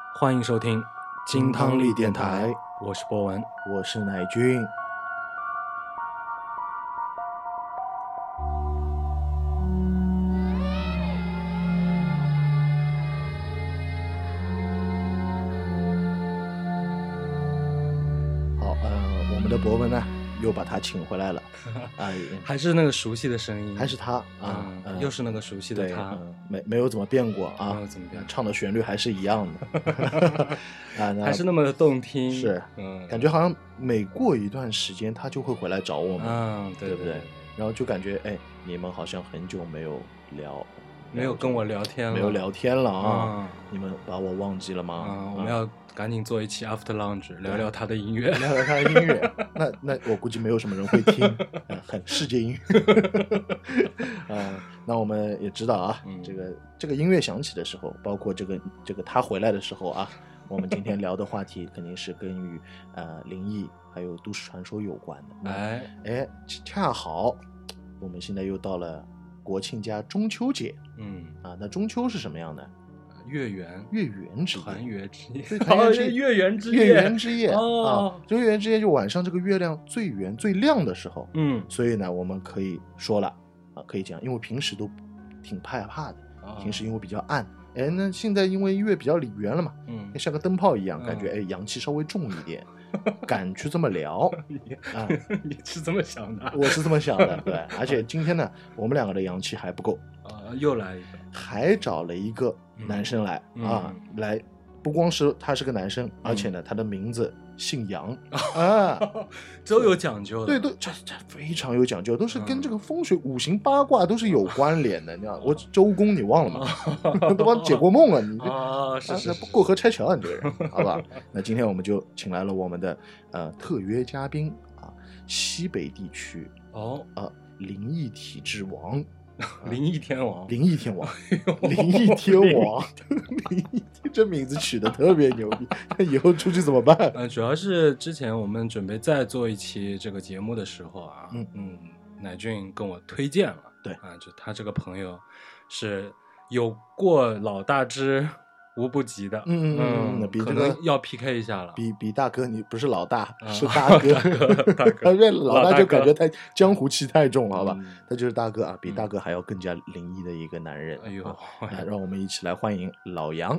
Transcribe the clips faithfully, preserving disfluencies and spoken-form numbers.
欢迎收听金汤力电台，我是博文， 我是乃君。好，呃，我们的博文呢，又把他请回来了，啊、 还是那个熟悉的声音， 还是他啊、 嗯呃， 又是那个熟悉的他， 嗯、没没有怎么变过啊， 没有怎么变， 唱的旋律还是一样的，啊， 还是那么的动听， 是， 嗯， 感觉好像每过一段时间他就会回来找我们， 嗯，对对不对？然后就感觉，哎，你们好像很久没有聊， 没有跟我聊天了， 没有聊天了啊， 嗯、 你们把我忘记了吗？ 嗯，我们要赶紧做一期 After Lounge， 聊聊他的音乐， 聊聊他的音乐。那那我估计没有什么人会听，呃、很世界音乐。呃，那我们也知道啊， 嗯、 这个这个音乐响起的时候，包括这个这个他回来的时候啊，我们今天聊的话题肯定是跟与呃灵异还有都市传说有关的。 哎哎，恰好我们现在又到了国庆加中秋节。 嗯啊，那中秋是什么样的？ 月圆， 月圆之夜， 团圆之夜， 对，团圆之夜， 月圆之夜， 月圆之夜哦、 啊，这个月圆之夜就晚上这个月亮最圆最亮的时候， 嗯， 所以呢，我们可以说了啊，可以讲，因为平时都挺害怕的， 哦、 平时因为比较暗，哎，那现在因为月比较圆了嘛， 嗯， 像个灯泡一样， 嗯、 感觉哎阳气稍微重一点，敢去这么聊啊，你是这么想的？ 我是这么想的，对，而且今天呢，我们两个的阳气还不够。 啊，又来一个， 还找了一个男生来、 嗯、 啊、嗯，来，不光是他是个男生，嗯、而且呢，他的名字姓杨、 嗯、 啊， 都有讲究的， 对，都这这非常有讲究，都是跟这个风水、五行、八卦都是有关联的。你知道，我周公你忘了吗？都帮你解过梦了，你啊，是是是过河拆桥，你这个人，好吧？那今天我们就请来了我们的呃特约嘉宾啊，西北地区哦啊灵异体质王。 灵异天王， 灵异天王，灵异天王，灵异这名字取得特别牛逼，以后出去怎么办？ 呃，主要是之前我们准备再做一期这个节目的时候啊， 嗯嗯，乃俊跟我推荐了， 对啊，就他这个朋友是有过老大之无不及的， 嗯嗯嗯，比这个要 P K 一下了， 比比大哥你不是老大， 啊、 是大哥， 大哥， 因为老大就感觉太江湖气太重了，好吧？ 嗯、 他就是大哥啊，比大哥还要更加灵异的一个男人。 哎呦， 啊、让我们一起来欢迎老杨。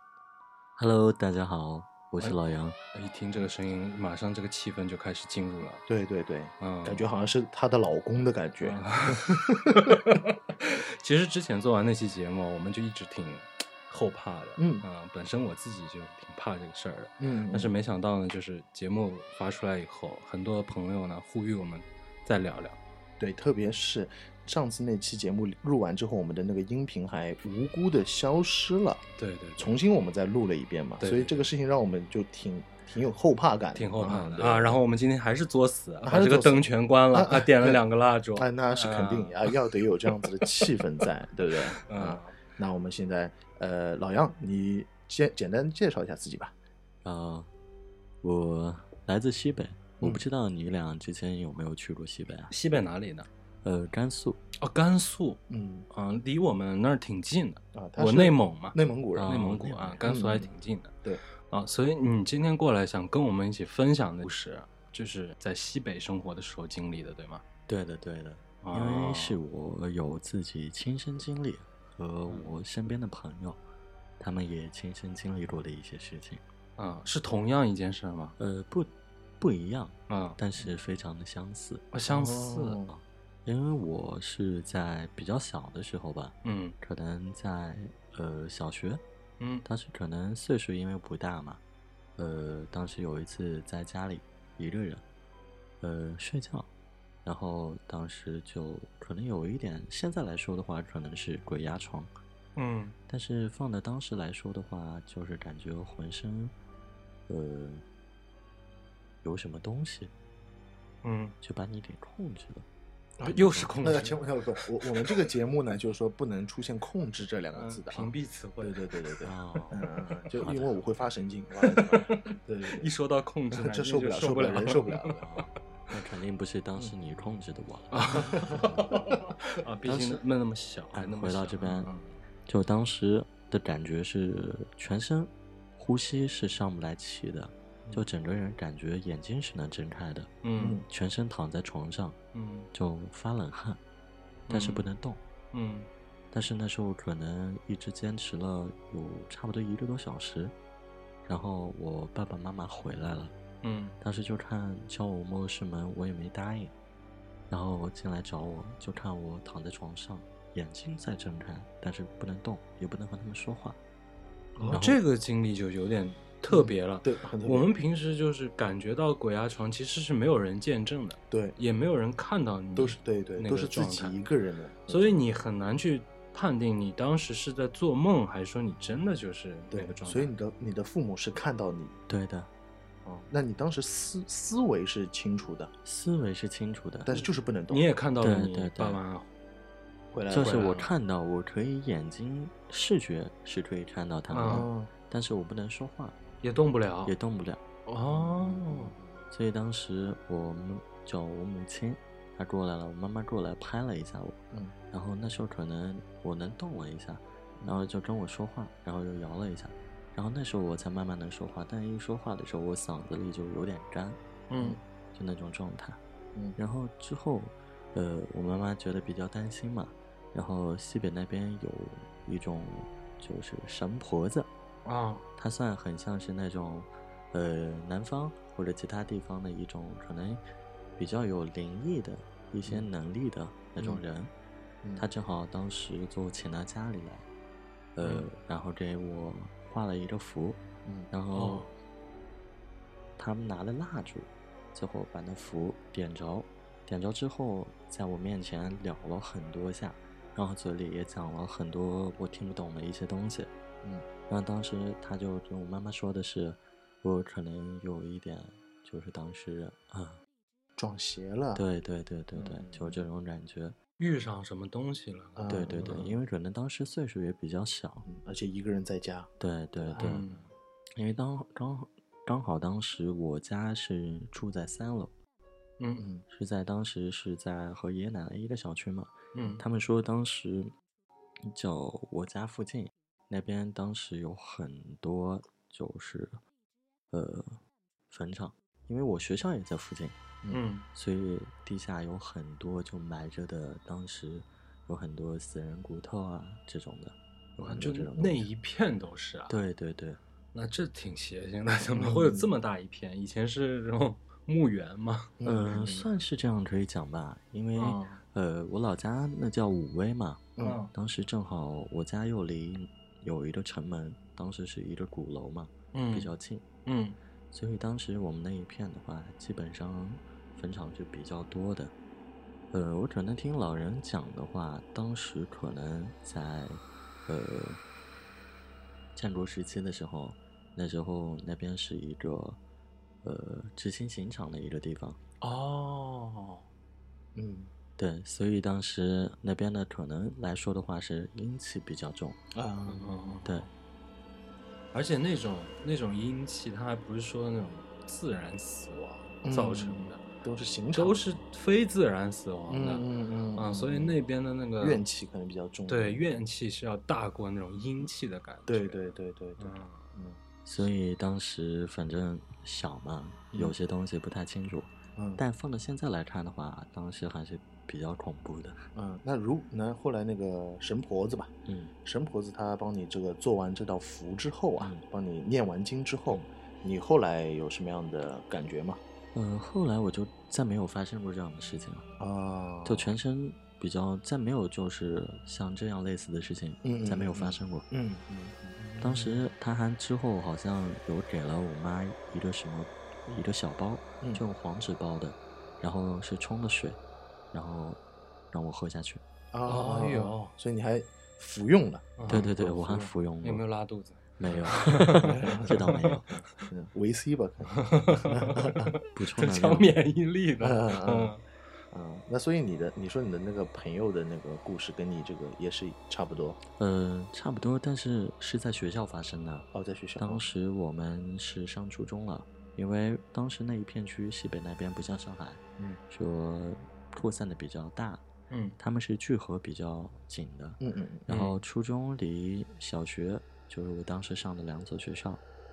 Hello， 大家好，我是老杨。 哎、一听这个声音，马上这个气氛就开始进入了。 对对对， 嗯， 感觉好像是她的老公的感觉。 嗯、其实之前做完那期节目，我们就一直挺后怕的， 嗯啊、呃，本身我自己就挺怕这个事儿的， 嗯， 但是没想到呢，就是节目发出来以后，很多朋友呢呼吁我们再聊聊。 对，特别是上次那期节目录完之后，我们的那个音频还无辜的消失了， 对 对, 对， 重新我们再录了一遍嘛， 对对对， 所以这个事情让我们就挺挺有后怕感的， 挺后怕的、 啊, 啊。然后我们今天还是作死， 啊、 把这个灯全关了，啊，点了两个蜡烛， 啊，那是肯定啊，要得有这样子的气氛在，对不对？ 嗯、 啊，那我们现在呃，老杨，你先简单介绍一下自己吧。 啊、呃，我来自西北，我不知道你俩之前有没有去过西北啊？ 西北哪里呢？ 呃，甘肃。 哦，甘肃， 嗯啊，离我们那儿挺近的啊。 我内蒙嘛， 内蒙古人， 内蒙古啊，甘肃还挺近的。 对啊，所以你今天过来想跟我们一起分享的故事，就是在西北生活的时候经历的，对吗？ 对的，对的，因为是我有自己亲身经历和我身边的朋友，他们也亲身经历过的一些事情。 啊，是同样一件事吗？ 呃，不，不一样啊， 但是非常的相似。 啊，相似。 哦，因为我是在比较小的时候吧， 嗯， 可能在呃小学， 嗯， 当时可能岁数因为不大嘛，呃，当时有一次在家里一个人，呃睡觉，然后当时就可能有一点，现在来说的话可能是鬼压床， 嗯， 但是放在当时来说的话，就是感觉浑身，呃，有什么东西， 嗯， 就把你给控制了。 啊，又是控制。 那节目不，我我们这个节目呢，就是说不能出现控制这两个字的、啊嗯，屏蔽词汇。 对对对对对。 哦， 嗯，就因为我会发神经。对对对， 一说到控制， 这受不了，受不了， 人受不了。 那肯定不是当时你控制的我啊，毕竟那那么小，还那么回到这边，就当时的感觉是全身呼吸是上不来气的，就整个人感觉眼睛是能睁开的， 嗯全身躺在床上嗯就发冷汗，但是不能动。 嗯但是那时候可能一直坚持了有差不多一个多小时，然后我爸爸妈妈回来了， 嗯当时就看叫我摸室门，我也没答应，然后进来找我，就看我躺在床上，眼睛在睁开，但是不能动，也不能和他们说话。 哦，这个经历就有点特别了。 对，很特别。 我们平时就是感觉到鬼压床，其实是没有人见证的， 对， 也没有人看到你， 都是对对， 那都个状态是自己一个人的， 所以你很难去判定你当时是在做梦，还是说你真的就是那对个状态。 所以你的你的父母是看到你， 对的， 哦，那你当时思思维是清楚的， 思维是清楚的， 但是就是不能动。 你也看到了你对对对爸妈回来了就是我回来了看到，我可以眼睛视觉是可以看到他们的， 哦， 但是我不能说话， 也动不了， 也动不了。 哦， 所以当时我们叫我母亲，她过来了，我妈妈过来拍了一下我， 嗯然后那时候可能我能动了一下，然后就跟我说话，然后又摇了一下，然后那时候我才慢慢能说话，但一说话的时候我嗓子里就有点干， 嗯就那种状态。 嗯然后之后，呃，我妈妈觉得比较担心嘛，然后西北那边有一种就是神婆子， 啊它算很像是那种，呃，南方或者其他地方的一种可能比较有灵异的一些能力的那种人。 嗯他正好当时就请到家里来，呃， 嗯然后给我画了一个符， 嗯然后哦他们拿了蜡烛，最后把那符点着，点着之后，在我面前聊了很多下，然后嘴里也讲了很多我听不懂的一些东西。 嗯然后当时他就跟我妈妈说的是，我可能有一点，就是当时啊， 撞邪了。 对对对对对， 嗯就这种感觉。 遇上什么东西了？ 嗯对对对，因为可能当时岁数也比较小， 嗯而且一个人在家。 对对对， 嗯因为当刚刚好当时我家是住在三楼， 嗯嗯是在当时是在和爷爷奶奶一个小区嘛， 嗯他们说当时就我家附近那边当时有很多就是呃坟场，因为我学校也在附近， 嗯所以地下有很多就埋着的，当时有很多死人骨头啊这种的，有很就多这种东西。 那一片都是啊。， 对对对， 那这挺邪性的，怎么会有这么大一片？以前是这种墓园吗？ 呃，算是这样可以讲吧，因为、 嗯呃，我老家那叫武威嘛， 嗯当时正好我家又离有一个城门，当时是一个鼓楼嘛， 嗯比较近， 嗯所以当时我们那一片的话，基本上坟场是比较多的。呃，我可能听老人讲的话，当时可能在呃战国时期的时候，那时候那边是一个呃执行刑场的一个地方， 哦， 嗯对，所以当时那边的可能来说的话是阴气比较重， 啊嗯， 对， 而且那种那种阴气，它还不是说那种自然死亡造成的， 都是刑场， 都是非自然死亡的。 嗯嗯啊，所以那边的那个怨气可能比较重。 对，怨气是要大过那种阴气的感觉。 对对对对对， 嗯嗯所以当时反正小嘛，有些东西不太清楚， 嗯但放到现在来看的话，当时还是比较恐怖的。 嗯，那如那后来那个神婆子吧， 嗯， 神婆子她帮你这个做完这道符之后啊， 嗯帮你念完经之后，你后来有什么样的感觉吗？ 呃，后来我就再没有发生过这样的事情了， 啊， 就全身比较再没有就是像这样类似的事情嗯嗯再没有嗯发生过。 嗯嗯当时他还之后好像有给了我妈一个什么一个小包， 嗯就用黄纸包的，然后是冲了水，然后让我喝下去。 啊， 哎呦所以你还服用了， 嗯对对对，我还服用服用过。 有没有拉肚子？ 没有，这倒没有， 嗯维 C 吧，可能。 补充能增强量。 免疫力的。 嗯嗯嗯嗯，那所以你的你说你的那个朋友的那个故事跟你这个也是差不多呃，差不多，但是是在学校发生的。 哦，在学校。 当时我们是上初中了，因为当时那一片区西北那边不像上海， 嗯说扩散的比较大， 嗯他们是聚合比较紧的。 嗯嗯然后初中离小学就是我当时上的两所学校，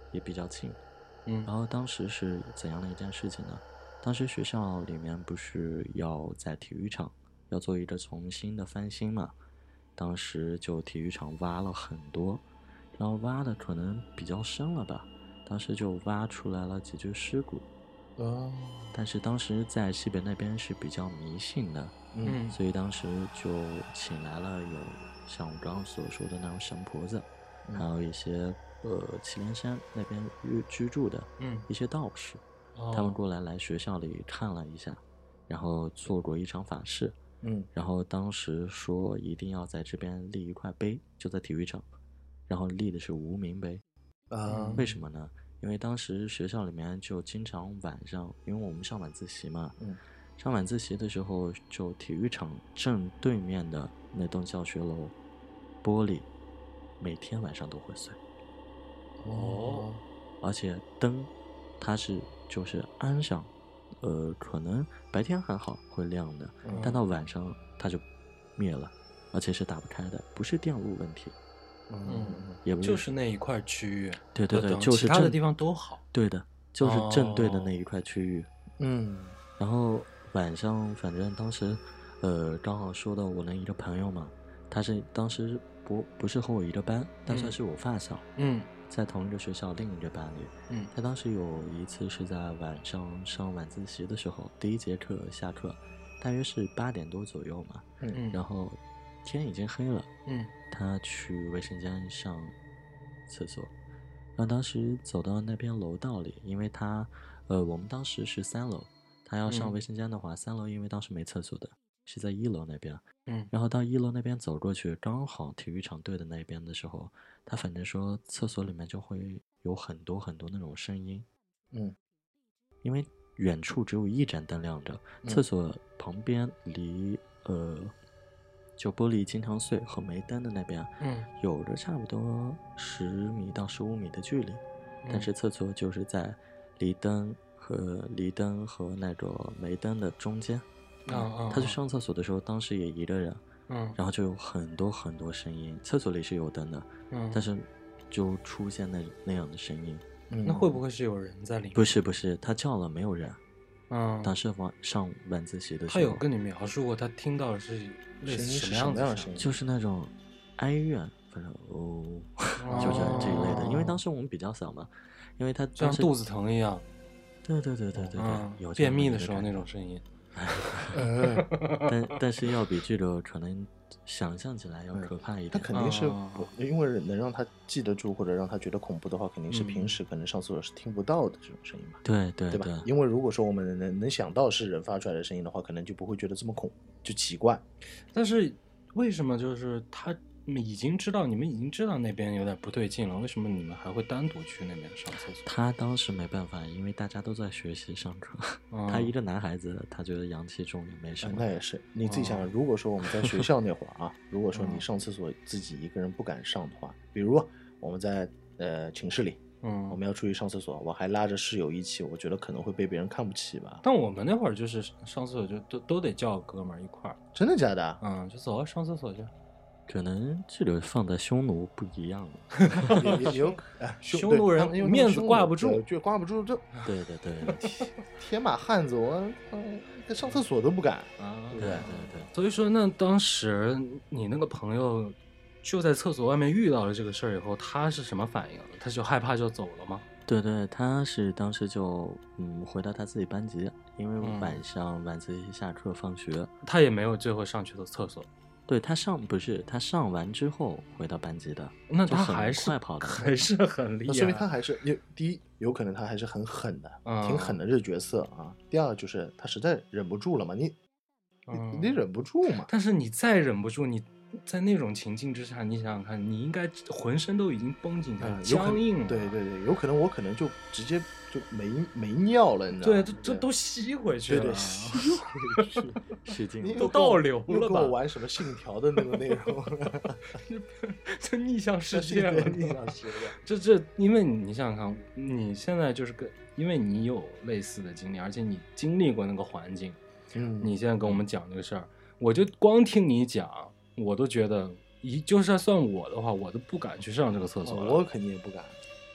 也比较近。 嗯然后当时是怎样的一件事情呢？当时学校里面不是要在体育场要做一个重新的翻新嘛，当时就体育场挖了很多，然后挖的可能比较深了吧，当时就挖出来了几具尸骨。 哦， 但是当时在西北那边是比较迷信的， 嗯所以当时就请来了有像我刚刚所说的那种神婆子， 嗯还有一些呃祁连山那边居居住的嗯一些道士， 哦他们过来来学校里看了一下，然后做过一场法事， 嗯然后当时说一定要在这边立一块碑，就在体育场，然后立的是无名碑。 啊， 为什么呢？因为当时学校里面就经常晚上，因为我们上晚自习嘛， 嗯上晚自习的时候，就体育场正对面的那栋教学楼玻璃，每天晚上都会碎， 哦而且灯它是就是安上，呃，可能白天还好会亮的， 嗯但到晚上它就灭了，而且是打不开的，不是电路问题， 嗯嗯也不就是那一块区域， 对对对， 等就是正其他的地方都好。 对的，就是正对的哦那一块区域。 嗯然后晚上，反正当时，呃，刚好说到我那一个朋友嘛，他是当时不不是和我一个班，但算是我发小， 嗯在同一个学校另一个班里。 嗯他当时有一次是在晚上上晚自习的时候，第一节课下课，大约是八点多左右嘛， 嗯然后天已经黑了， 嗯他去卫生间上厕所，然后当时走到那边楼道里，因为他，呃，我们当时是三楼，他要上嗯卫生间的话，三楼因为当时没厕所的，是在一楼那边， 嗯然后到一楼那边走过去，刚好体育场对的那边的时候，他反正说厕所里面就会有很多很多那种声音， 嗯因为远处只有一盏灯亮着，厕所旁边离呃就玻璃经常碎和没灯的那边， 嗯有着差不多十米到十五米的距离，但是厕所就是在离灯和离灯和那个没灯的中间。 啊啊， 他去上厕所的时候，当时也一个人， 嗯然后就有很多很多声音。厕所里是有灯的， 嗯， 但是就出现那那样的声音。 嗯， 那会不会是有人在里面？ 不是不是，他叫了没有人。 嗯， 当时晚上晚自习的时候， 他有跟你描述过他听到的是类似什么样子的声音？ 就是那种哀怨，反正哦，就是这一类的。因为当时我们比较小嘛，因为他像肚子疼一样， 对对对对对对， 嗯， 有便秘的时候那种声音。 呃， 但但是要比这个可能想象起来要可怕一点。 他肯定是哦不因为能让他记得住或者让他觉得恐怖的话，肯定是嗯平时可能上厕所是听不到的这种声音嘛， 对对对吧？因为如果说我们能能想到是人发出来的声音的话，可能就不会觉得这么恐就奇怪。 但是为什么就是他们已经知道你们已经知道那边有点不对劲了，为什么你们还会单独去那边上厕所？ 他当时没办法，因为大家都在学习上课， 嗯他一个男孩子，他觉得阳气重也没什么。 啊那也是，你自己想想，如果说我们在学校那会儿啊，如果说你上厕所自己一个人不敢上的话，比如我们在呃寝室里，我嗯， 们要出去上厕所，我还拉着室友一起，我觉得可能会被别人看不起吧？ 但我们那会儿就是上厕所就都都得叫哥们儿一块儿， 真的假的？ 嗯，就走啊上厕所去。 可能这个放在匈奴不一样了。 也也有哎， 匈奴人对他们因为他们面子匈奴挂不住对就挂不住，这对的对的， 天马汉子，我嗯上厕所都不敢。 啊， 对对不对对对。 所以说，那当时你那个朋友就在厕所外面遇到了这个事儿以后，他是什么反应？他就害怕就走了吗？ 对对，他是当时就嗯回到他自己班级，因为嗯晚上晚自习下课放学， 他也没有最后上去的厕所， 对他上不是他上完之后回到班级的， 那就很他还是快跑的， 还是很厉害。 那说明他还是有第一，有可能他还是很狠的， 嗯挺狠的这个角色啊。第二就是他实在忍不住了嘛，你你嗯你忍不住嘛。 但是你再忍不住，你在那种情境之下，你想想看，你应该浑身都已经绷紧嗯了， 有可能僵硬了。 对对对，有可能我可能就直接就没没尿了，你知道吗？ 对，这这都吸回去了， 对对吸回去， 使劲你都又跟我倒流了吧又跟我玩什么信条的那个内容？ 这逆向世界了， 逆向世界。 这这，因为你想想看，你现在就是跟，因为你有类似的经历，而且你经历过那个环境， 嗯， 你现在跟我们讲这个事儿，我就光听你讲，我都觉得，一就是算我的话，我都不敢去上这个厕所了。 哦我肯定也不敢。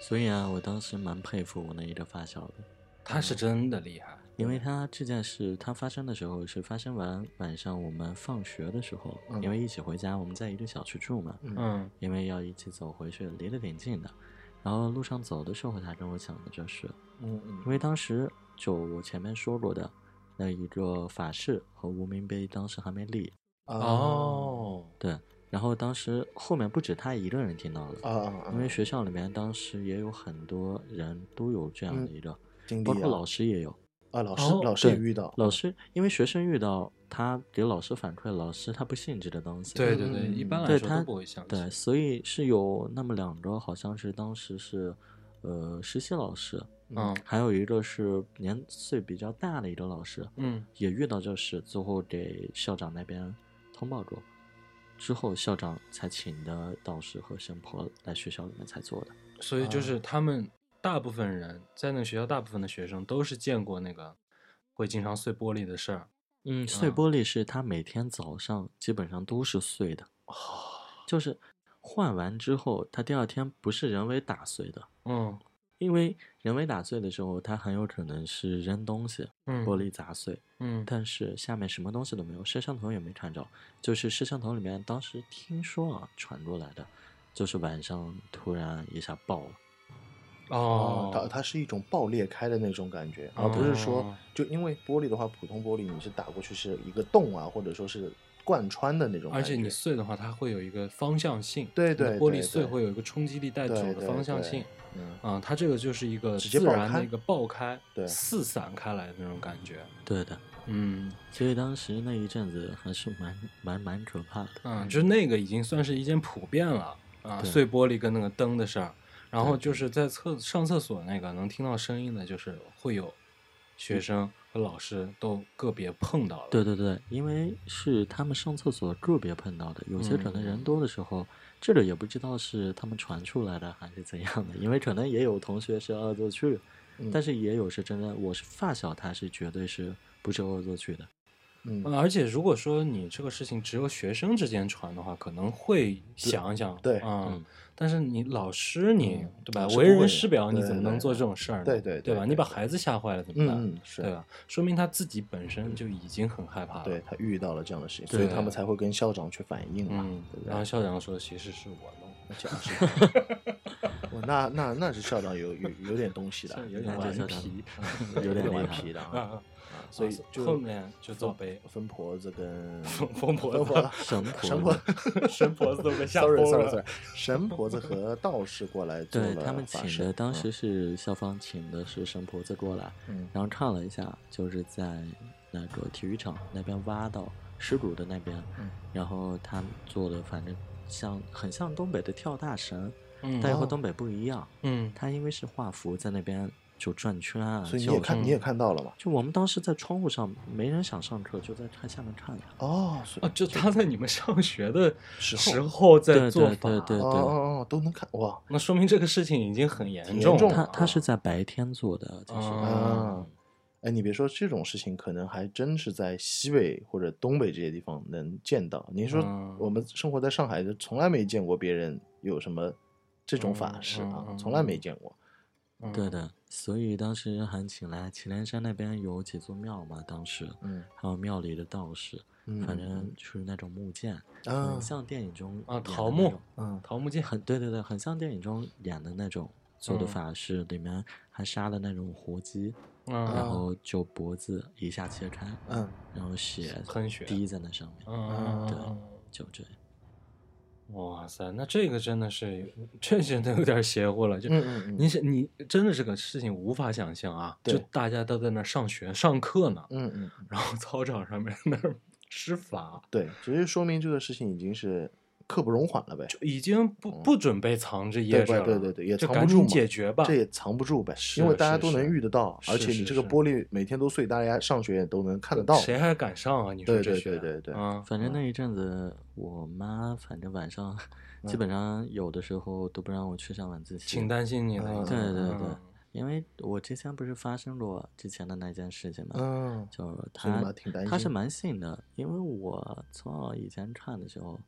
所以啊，我当时蛮佩服我那一个发小的， 他是真的厉害。 因为他这件事他发生的时候是发生完晚上我们放学的时候， 嗯因为一起回家，我们在一个小区住嘛， 嗯因为要一起走回去，离得挺近的。然后路上走的时候，他跟我讲的这事， 嗯嗯因为当时就我前面说过的那一个法事和无名碑，当时还没立。 哦， 对，然后当时后面不止他一个人听到了， 啊啊啊！ 因为学校里面当时也有很多人都有这样的一个， 经历啊包括老师也有。 啊，老师哦老师也对遇到， 老师，因为学生遇到他给老师反馈，老师他不信这个东西。 对对对， 嗯一般来对他说都不会相对， 信。 所以是有那么两个，好像是当时是，呃，实习老师， 嗯还有一个是年岁比较大的一个老师， 嗯， 也遇到这事，最后给校长那边通报过，之后校长才请的道士和神婆来学校里面才做的。 所以就是他们大部分人在那个学校，大部分的学生都是见过那个会经常碎玻璃的事儿。 嗯，碎玻璃是他每天早上基本上都是碎的，就是换完之后，他第二天不是人为打碎的， 嗯因为人为打碎的时候，它很有可能是扔东西， 嗯玻璃砸碎， 嗯但是下面什么东西都没有，摄像头也没看着，就是摄像头里面当时听说啊传过来的，就是晚上突然一下爆了。 哦，它哦， 它是一种爆裂开的那种感觉，而不是说哦就因为玻璃的话，普通玻璃你是打过去是一个洞啊，或者说是贯穿的那种感觉， 而且你碎的话，它会有一个方向性。 对对你的玻璃对对碎会有一个冲击力带走的对对对方向性。 嗯啊，它这个就是一个直接爆开自然的一个爆开， 对四散开来的那种感觉。 对的， 嗯所以当时那一阵子还是蛮蛮蛮可怕的。 嗯，就是那个已经算是一件普遍了啊， 对碎玻璃跟那个灯的事儿。然后就是在厕上厕所那个能听到声音的，就是会有学生和老师都个别碰到了。 对对对，因为是他们上厕所个别碰到的，有些可能人多的时候，这个也不知道是他们传出来的还是怎样的，因为可能也有同学是恶作剧， 嗯但是也有是真的，我是发小，他是绝对是不是恶作剧的。 嗯嗯，而且如果说你这个事情只有学生之间传的话，可能会想一想， 对啊、 嗯但是你老师你、 嗯对吧？为人老师不会师表，你对对怎么能做这种事儿呢？ 对对对吧？ 对对你把孩子吓坏了怎么办？ 嗯嗯是对吧？说明他自己本身就已经很害怕了。 对他遇到了这样的事情， 对所以他们才会跟校长去反映嘛， 嗯对，不然后对？ 校长说其实是我弄的。 那这样是，哇那那那是校长有有有点东西的， 有点顽那这校长皮， 有点顽厉害皮的啊， 啊， 啊所以就后面就造碑， 疯婆子跟疯疯婆子疯婆子神婆神婆子神婆子都被吓疯 sorry sorry 了 sorry，神婆子和道士过来做了对他们法事请的，当时是校方请的是神婆子过来， 嗯然后看了一下，就是在那个体育场那边挖到尸骨的那边， 嗯然后他做的反正像很像东北的跳大神， 嗯哦但又和东北不一样。 嗯他因为是画符在那边就转圈啊， 所以你也看叫你也看到了嘛？ 就我们当时在窗户上，没人想上课，就在看下面看呀。 哦，所以哦，就他在你们上学的时候时候在对做法， 对对对哦哦哦都能看哇， 那说明这个事情已经很严挺重了。 严重了他他是在白天做的，就是、 啊啊，哎，你别说这种事情，可能还真是在西北或者东北这些地方能见到。你说嗯我们生活在上海，就从来没见过别人有什么这种法嗯事啊， 嗯嗯从来没见过。 嗯对的，所以当时还请来祁连山那边有几座庙嘛，当时嗯还有庙里的道士， 嗯反正就是那种木剑， 啊很像电影中啊， 演的桃木那种， 嗯桃木剑， 很对对对，很像电影中演的那种做的嗯法事，里面还杀了那种活鸡，然嗯后就脖子一下切开， 嗯然后血喷血滴在那上面， 嗯， 对就这样。 哇塞，那这个真的是，这真的有点邪乎了。就嗯嗯嗯你想，你真的这个事情无法想象啊！ 对就大家都在那儿上学上课呢， 嗯嗯， 然后操场上面那儿施法， 对，只是说明这个事情已经是刻不容缓了呗。 就已经不不准备藏着掖对着了， 对对对，也就赶紧藏不住嘛， 解决吧。 这也藏不住呗， 是因为大家是都能是遇得到，而且你这个是是是玻璃每天都碎，大家上学也都能看得到。 谁还敢上啊？你说对对这学对对对啊， 反正那一阵子，我妈反正晚上基本上有的时候都不让我去上晚自习， 挺担心你的。 嗯对对对嗯因为我之前不是发生过之前的那件事情嘛， 嗯， 就是所以你他妈挺担心他是蛮信的，因为我从以前看的时候，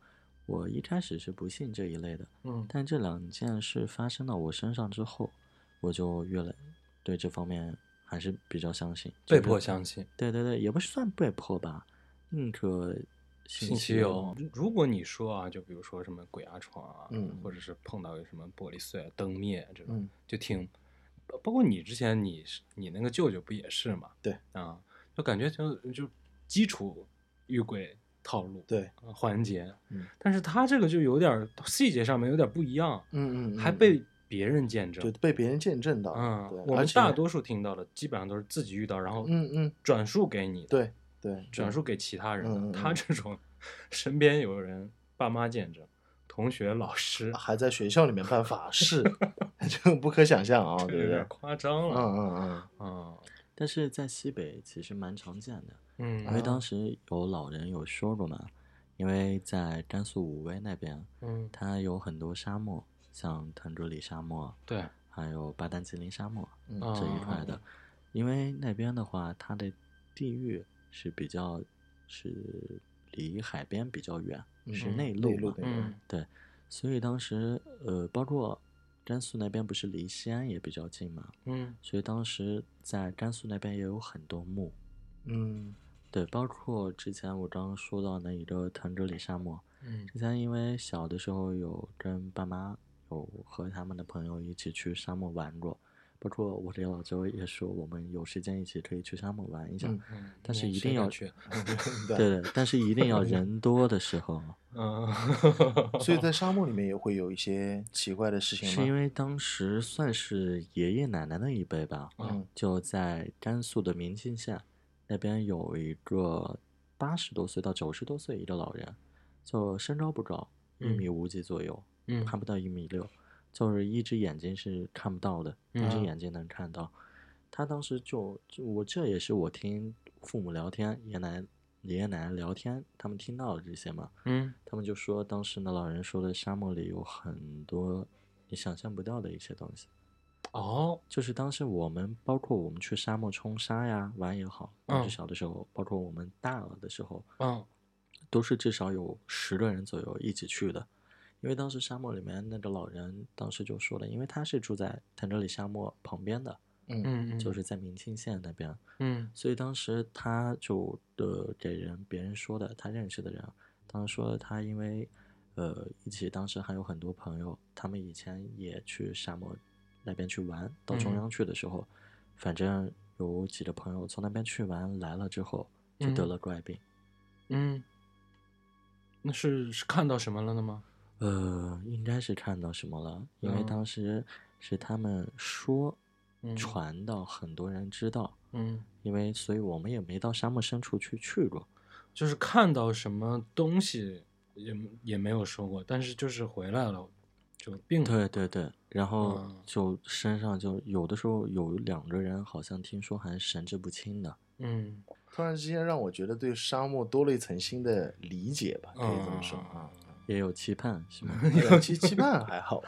我一开始是不信这一类的， 嗯但这两件事发生到我身上之后，我就越来对这方面还是比较相信， 被就是迫相信。 对对对，也不是算被迫吧，宁可信信其有。如果你说啊，就比如说什么鬼压床啊， 嗯或者是碰到有什么玻璃碎啊、灯灭这种， 嗯就听。包括你之前你是你那个舅舅不也是嘛？ 对啊，就感觉就就基础遇鬼套路对， 啊环节， 嗯但是他这个就有点细节上面有点不一样， 嗯嗯， 还被别人见证， 就被别人见证到， 嗯对，， 我们而且大多数听到的基本上都是自己遇到，然后嗯嗯转述给你的， 对对转述给其他人的。 嗯嗯嗯他这种身边有人爸妈见证，同学老师还在学校里面办法事，这个不可想象啊，对不对有点？夸张嗯了， 嗯嗯嗯但是在西北其实蛮常见的， 嗯因为当时有老人有说过嘛，因为在甘肃武威那边， 嗯， 它有很多沙漠，像腾格里沙漠， 对， 还有巴丹吉林沙漠嗯这一块的，因为那边的话，它的地域是比较是离海边比较远，是嗯内陆嘛， 内陆那边嗯对，所以当时呃，包括甘肃那边不是离西安也比较近嘛， 嗯所以当时在甘肃那边也有很多墓， 嗯对，包括之前我刚刚说到那一个腾格里沙漠， 嗯之前因为小的时候有跟爸妈有和他们的朋友一起去沙漠玩过，包括我的老周也说我们有时间一起可以去沙漠玩一下， 嗯嗯， 但是你一定要谁对， 敢去， 对对，但是一定要人多的时候， 嗯， 所以在沙漠里面也会有一些奇怪的事情吗？ 是因为当时算是爷爷奶奶的一辈吧， 嗯就在甘肃的明庆县那边有一个八十多岁到九十多岁一个老人，就身高不高，一嗯米五几左右， 嗯还不到一米六，就是一只眼睛是看不到的，一只嗯眼睛能看到。他当时就就我这也是我听父母聊天，爷爷奶奶爷爷奶奶聊天，他们听到的这些嘛， 嗯他们就说当时的老人说的沙漠里有很多你想象不到的一些东西。 哦， 就是当时我们包括我们去沙漠冲沙呀玩也好，当时小的时候，包括我们大了的时候， 嗯都是至少有十个人左右一起去的。因为当时沙漠里面那个老人当时就说了，因为他是住在腾格里沙漠旁边的， 嗯嗯， 就是在明庆县那边， 嗯所以当时他就呃给人别人说的，他认识的人，当时说他因为呃一起当时还有很多朋友，他们以前也去沙漠那边去玩，到中央去的时候，反正有几个朋友从那边去完来了之后，就得了怪病。 嗯，那是是看到什么了呢吗？ 呃，应该是看到什么了，因为嗯当时是他们说嗯传到很多人知道， 嗯， 因为所以我们也没到沙漠深处去去过。 就是看到什么东西也也没有说过，但是就是回来了，就病了。 对对对，然后嗯就身上就有的时候有两个人好像听说还神志不清的。 嗯， 突然之间让我觉得对沙漠多了一层新的理解吧，可以这么说嗯啊。 也有期盼是吗？ 哎其期盼还好，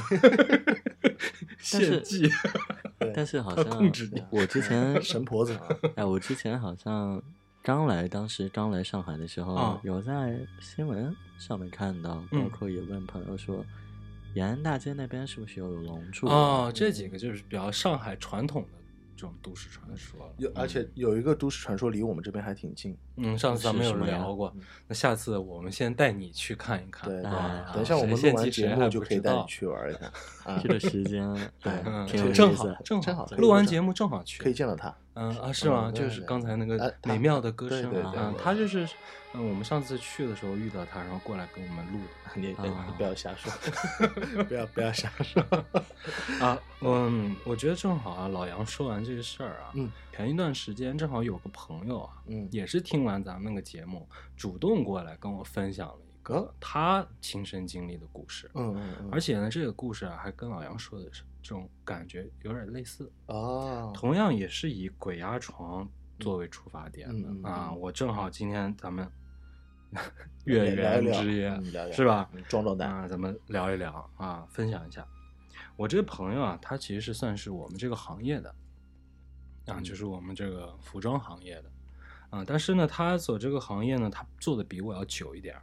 献祭。 对但是好他像控制你我之前神婆子啊， 哎，我之前好像刚来，当时刚来上海的时候， 啊有在新闻上面看到， 嗯包括也问朋友说，延安大街那边是不是有龙柱？ 哦，这几个就是比较上海传统的这种都市传说了。 有而且有一个都市传说离我们这边还挺近。 嗯，上次咱们有是什么呀聊过，那下次我们先带你去看一看。 对对哎， 等一下我们录完节目就可以带你去。 去玩一下啊这，个时间哎嗯， 挺有正好意思。 正正好录完节目正好去。 可以见到他。 嗯啊，是吗？ 嗯就是对刚才那个哎他美妙的歌声对对啊， 对他就是，嗯，我们上次去的时候遇到他，然后过来跟我们录的。 你啊你不要瞎说，不要不要瞎说。 啊，嗯，我觉得正好啊，老杨说完这个事儿啊， 嗯， 前一段时间正好有个朋友啊， 嗯也是听完咱们那个节目，主动过来跟我分享了一个哦他亲身经历的故事， 嗯嗯嗯， 而且呢，这个故事啊，还跟老杨说的是这种感觉有点类似， 哦， 同样也是以鬼压床作为出发点的、 嗯嗯嗯啊。 嗯我正好今天咱们聊月一聊圆之夜、 嗯聊一聊是吧？ 嗯壮壮胆。 啊，咱们聊一聊啊，分享一下。我这个朋友啊，他其实是算是我们这个行业的啊， 嗯就是我们这个服装行业的啊。但是呢，他所这个行业呢，他做的比我要久一点儿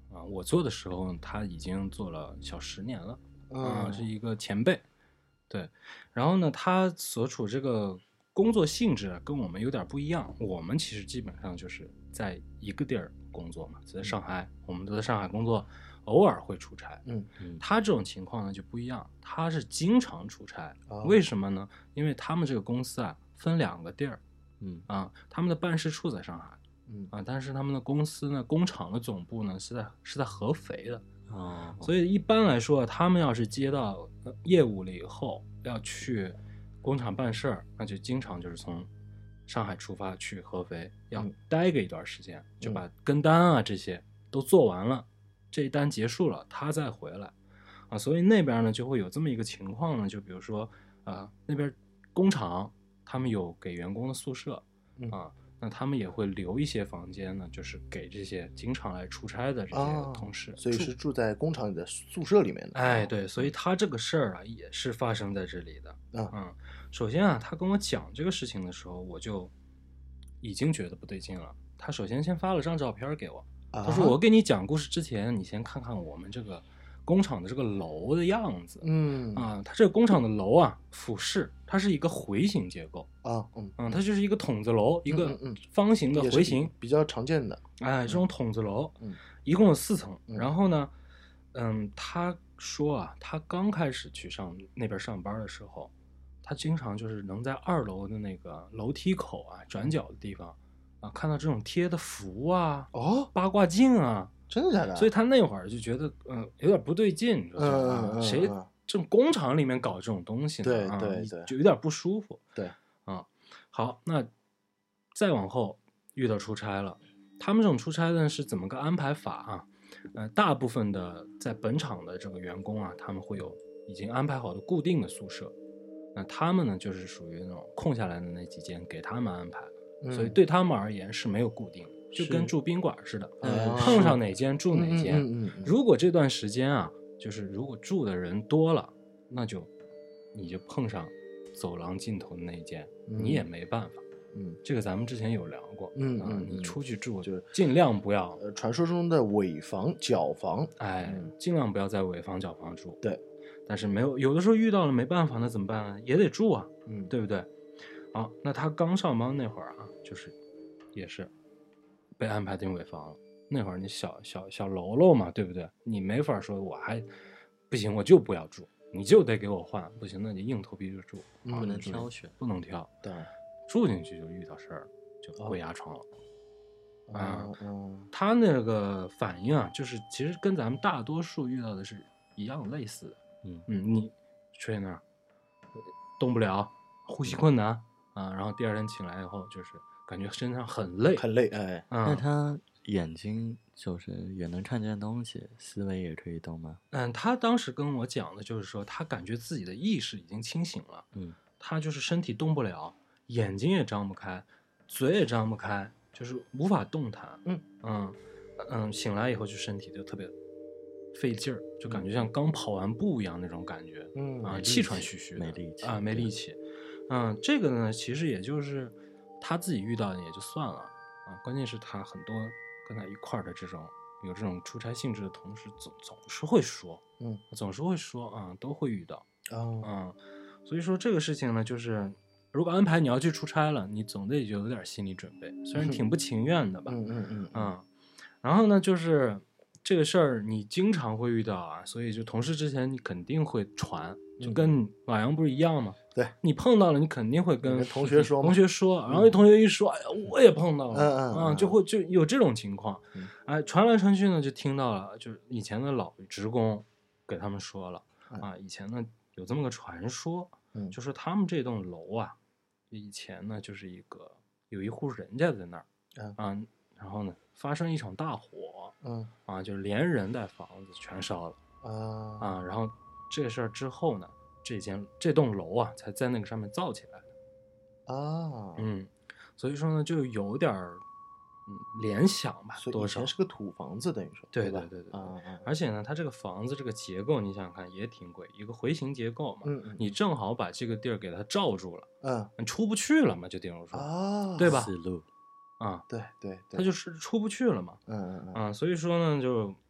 啊，我做的时候他已经做了小十年了，啊， 嗯是一个前辈。对，然后呢，他所处这个工作性质啊跟我们有点不一样。我们其实基本上就是在一个地儿工作嘛，在上海，我们都在上海工作，偶尔会出差。 嗯嗯他这种情况呢就不一样，他是经常出差。 哦为什么呢？因为他们这个公司啊分两个地儿嗯啊，他们的办事处在上海嗯啊，但是他们的公司呢，工厂的总部呢是在是在合肥的。 哦， 所以一般来说，他们要是接到呃业务了以后，要去工厂办事儿，那就经常就是从上海出发去合肥，要嗯待个一段时间，就把跟单啊这些都做完了，这一单结束了，他再回来啊。所以那边呢就会有这么一个情况呢，就比如说啊、呃那边工厂他们有给员工的宿舍嗯啊。那他们也会留一些房间呢，就是给这些经常来出差的这些啊同事住， 所以是住在工厂里的宿舍里面的。 哎，对，所以他这个事儿啊，也是发生在这里的。 啊嗯，首先啊，他跟我讲这个事情的时候，我就已经觉得不对劲了。他首先先发了张照片给我， 啊， 他说：“我给你讲故事之前，你先看看我们这个工厂的这个楼的样子。” 嗯啊，它这个工厂的楼啊，复式，它是一个回形结构。 啊嗯嗯，它就是一个筒子楼，一个嗯嗯方形的也是比回形。 比较常见的。 哎，这种筒子楼， 嗯一共有四层。 嗯然后呢，嗯，他说啊，他刚开始去上那边上班的时候，他经常就是能在二楼的那个楼梯口啊、转角的地方啊，看到这种贴的符啊、 哦， 八卦镜啊， 真的假的？ 所以他那会儿就觉得，嗯，有点不对劲，你说这嗯啊嗯嗯谁嗯这种工厂里面搞这种东西呢？ 对啊对对就有点不舒服。 对啊，好，那再往后遇到出差了，他们这种出差呢是怎么个安排法啊？呃，大部分的在本厂的这个员工啊，他们会有已经安排好的固定的宿舍，那他们呢就是属于那种空下来的那几间给他们安排的，所以嗯对他们而言是没有固定的，就是跟住宾馆似的， 啊碰上哪间住哪间。 嗯嗯嗯嗯如果这段时间啊，就是如果住的人多了，那就你就碰上走廊尽头的那一间， 嗯你也没办法。 嗯这个咱们之前有聊过，啊嗯嗯嗯你出去住就是尽量不要， 呃，传说中的尾房、角房。 哎嗯， 尽量不要在尾房角房住。 对， 但是没有，有的时候遇到了没办法，那怎么办呢？也得住啊， 嗯， 对不对？好，那他刚上班那会儿啊，就是也是被安排进尾房了。那会儿你小小小喽啰嘛，对不对？你没法说我还不行，我就不要住，你就得给我换，不行，那你硬头皮就住， 嗯啊不能住挑选。 不能挑， 对， 住进去就遇到事儿了，就鬼压床了。啊嗯嗯他那个反应啊，就是其实跟咱们大多数遇到的是一样类似的。 嗯嗯，你睡那儿动不了，呼吸困难啊，然后第二天醒来以后，就是感觉身上很累， 很累，哎， 嗯那他眼睛就是也能看见东西，思维也可以动吗？ 嗯，他当时跟我讲的就是说，他感觉自己的意识已经清醒了， 嗯他就是身体动不了，眼睛也张不开，嘴也张不开，就是无法动弹。 嗯嗯嗯，醒来以后就身体就特别费劲儿，就感觉像刚跑完步一样那种感觉。 嗯啊， 没力气喘气吁吁的， 没力气啊，没对力气。嗯，这个呢，其实也就是他自己遇到的也就算了啊，关键是他很多跟他一块儿的这种有这种出差性质的同事总总是会说， 嗯， 总是会说啊，都会遇到， 哦， 嗯，所以说这个事情呢，就是如果安排你要去出差了，你总得就有点心理准备，虽然挺不情愿的吧， 嗯嗯嗯嗯，然后呢，就是这个事儿你经常会遇到啊，所以就同事之前你肯定会传，就跟马阳不是一样吗？ 对， 你碰到了，你肯定会跟跟同学说嘛同学说，然后那同学一说，哎呀，我也碰到了， 嗯嗯嗯啊就会就有这种情况嗯， 哎，传来传去呢，就听到了，就是以前的老职工给他们说了， 嗯啊，以前呢有这么个传说， 嗯就说他们这栋楼啊，以前呢就是一个有一户人家在那儿， 嗯啊，然后呢发生一场大火， 嗯啊，就是连人带房子全烧了啊啊。然后这事儿之后呢，这间这栋楼啊才在那个上面造起来的。 啊， 嗯，所以说呢，就有点儿嗯联想吧， 所以多少以前是个土房子，等于说， 对吧？ 对对对对啊啊， 而且呢，它这个房子这个结构，你想想看也挺诡异，一个回形结构嘛， 嗯嗯你正好把这个地儿给它罩住了， 嗯你出不去了嘛，就顶住说啊， 对吧思路， 啊， 对对对， 它就是出不去了嘛。 嗯嗯嗯啊，所以说呢，就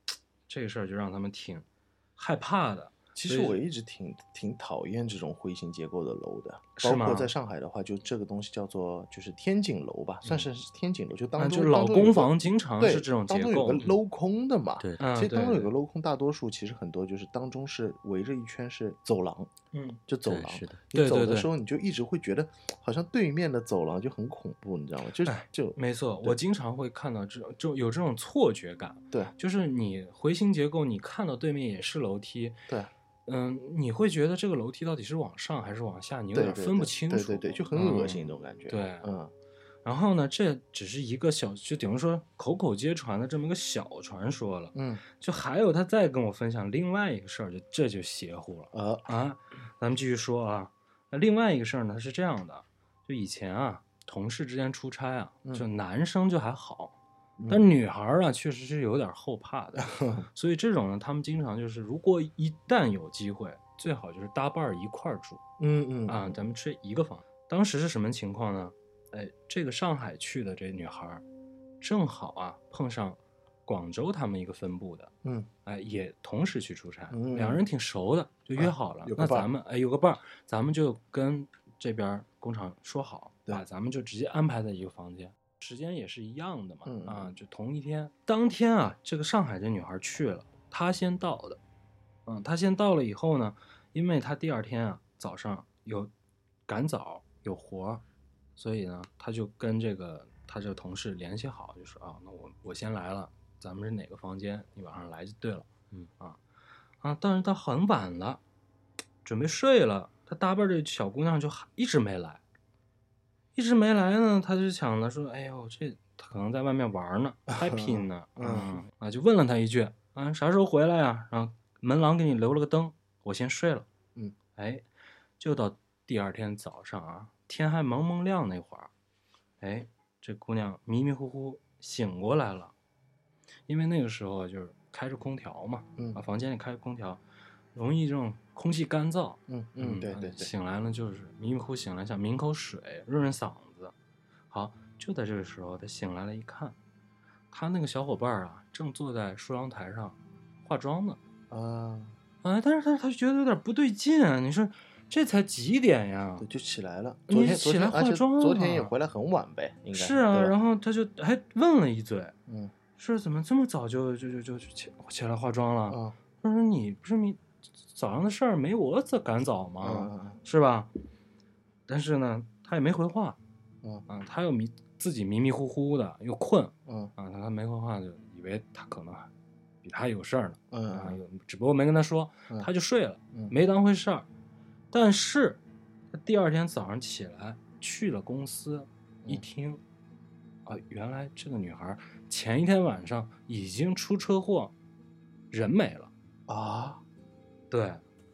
这个事儿就让他们挺害怕的。 其实我一直挺挺讨厌这种回形结构的楼的， 是吗包括在上海的话，就这个东西叫做就是天井楼吧，算是天井楼，就当中啊就老当中有个公房经常对是这种结当中有个构镂空的嘛。 对嗯其实当中有对个镂空，大多数其实很多就是当中是围着一圈是走廊， 嗯， 就走廊。 对是的你走对对对的时候你就一直会觉得好像对面的走廊就很恐怖，你知道吗？就哎就没错， 对我经常会看到这种，就有这种错觉感， 对就是你回形结构，你看到对面也是楼梯， 对嗯，你会觉得这个楼梯到底是往上还是往下，你有点对对对分不清楚， 对对对，就很恶心嗯这种感觉。 对， 嗯然后呢，这只是一个小，就等于说口口皆传的这么一个小传说了。 嗯就还有他再跟我分享另外一个事儿，就这就邪乎了呃啊！咱们继续说啊，那另外一个事儿呢是这样的，就以前啊，同事之间出差啊， 嗯就男生就还好， 嗯但女孩儿啊确实是有点后怕的，所以这种呢，他们经常就是，如果一旦有机会，最好就是搭伴儿一块儿住。 嗯嗯啊，咱们睡一个房。当时是什么情况呢？哎，这个上海去的这女孩儿，正好啊碰上广州他们一个分部的， 嗯哎，也同时去出差， 嗯两人挺熟的，就约好了。 有个伴儿那咱们哎有个伴儿，咱们就跟这边工厂说好， 对啊，咱们就直接安排在一个房间，时间也是一样的嘛， 嗯啊，就同一天。当天啊，这个上海这女孩去了，她先到的，嗯，她先到了以后呢，因为她第二天啊早上有赶早有活儿，所以呢，她就跟这个她这个同事联系好，就说啊，那我我先来了，咱们是哪个房间，你晚上来就对了。 嗯啊啊，但是到很晚了，准备睡了，她搭伴这小姑娘就还一直没来，一直没来呢，她就想着说，哎呦，这她可能在外面玩呢，happy 呢， 嗯啊，就问了她一句，啊，啥时候回来呀？然后门廊给你留了个灯，我先睡了。 嗯， 哎，就到第二天早上啊，天还蒙蒙亮那会儿，哎，这姑娘迷迷糊糊醒过来了，因为那个时候就是开着空调嘛， 嗯啊，房间里开着空调，容易这种空气干燥。 嗯嗯，对对对， 醒来了就是迷迷糊醒来，想抿口水润润嗓子。好，就在这个时候，他醒来了，一看，他那个小伙伴啊，正坐在梳妆台上化妆呢。 啊， 啊，但是他他觉得有点不对劲啊！你说这才几点呀对，？就起来了。 你昨天昨起来天，而且化妆昨天也了回来很晚呗，应该是啊， 对吧然后他就还问了一嘴， 嗯说怎么这么早就就就就就起起来化妆了？ 啊他说你不是明早上的事儿没我早赶早吗？ 嗯是吧？但是呢，他也没回话， 嗯啊，他又迷自己迷迷糊糊的，又困嗯啊，他没回话，就以为他可能比他有事儿呢， 嗯啊， 嗯有只不过没跟他说， 嗯他就睡了， 嗯没当回事儿。但是他第二天早上起来去了公司，一嗯听，啊，原来这个女孩前一天晚上已经出车祸，人没了。 啊， 对，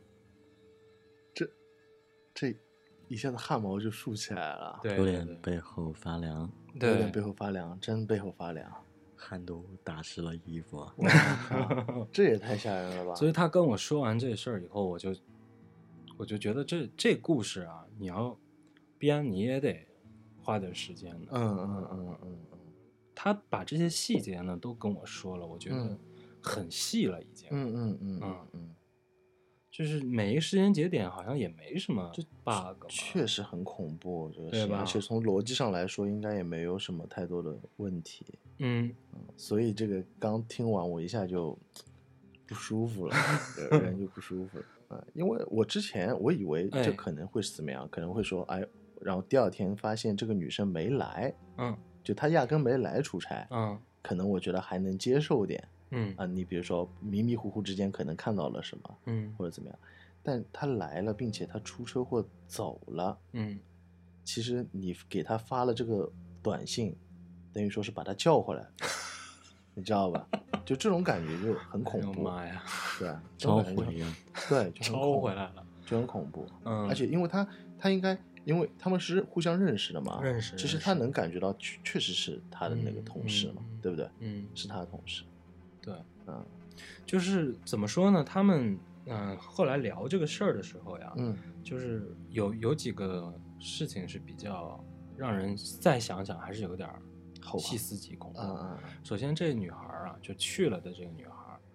这一下子汗毛就竖起来了， 对， 有对对点背后发凉， 有对点背后发凉，真背后发凉。 汗都打湿了衣服啊。 我靠，这也太吓人了吧！ 所以他跟我说完这事儿以后，我就我就觉得这这故事啊，你要编你也得花点时间的。 嗯嗯嗯嗯嗯他把这些细节呢都跟我说了，我觉得嗯很细了已经。 嗯嗯嗯嗯嗯， 就是每一个时间节点好像也没什么这 bug 嘛。 确实很恐怖，这个事， 对吧而且从逻辑上来说，应该也没有什么太多的问题。 嗯， 所以这个刚听完，我一下就不舒服了，呃人就不舒服了啊、因为我之前我以为这哎可能会是怎么样，可能会说，哎，然后第二天发现这个女生没来， 嗯就她压根没来出差， 嗯可能我觉得还能接受点嗯啊。你比如说迷迷糊糊之间可能看到了什么嗯或者怎么样，但她来了，并且她出车祸走了， 嗯， 其实你给她发了这个短信，等于说是把她叫回来了，你知道吧？就这种感觉就很恐哎呦怖， 妈呀， 对啊，这召种感觉就回呀， 对，就很抄恐回来了。 就很恐怖。 嗯， 而且因为他他应该，因为他们是互相认识的嘛， 认识其实认识他能感觉到确确实是他的那个嗯同事嘛， 嗯嗯对不对？ 嗯， 是他的同事， 对， 嗯就是怎么说呢？他们嗯、呃后来聊这个事儿的时候呀， 嗯就是有有几个事情是比较让人再想想还是有点儿后怕细思极恐的。 嗯嗯首先，这个女孩儿啊，就去了的这个女孩儿，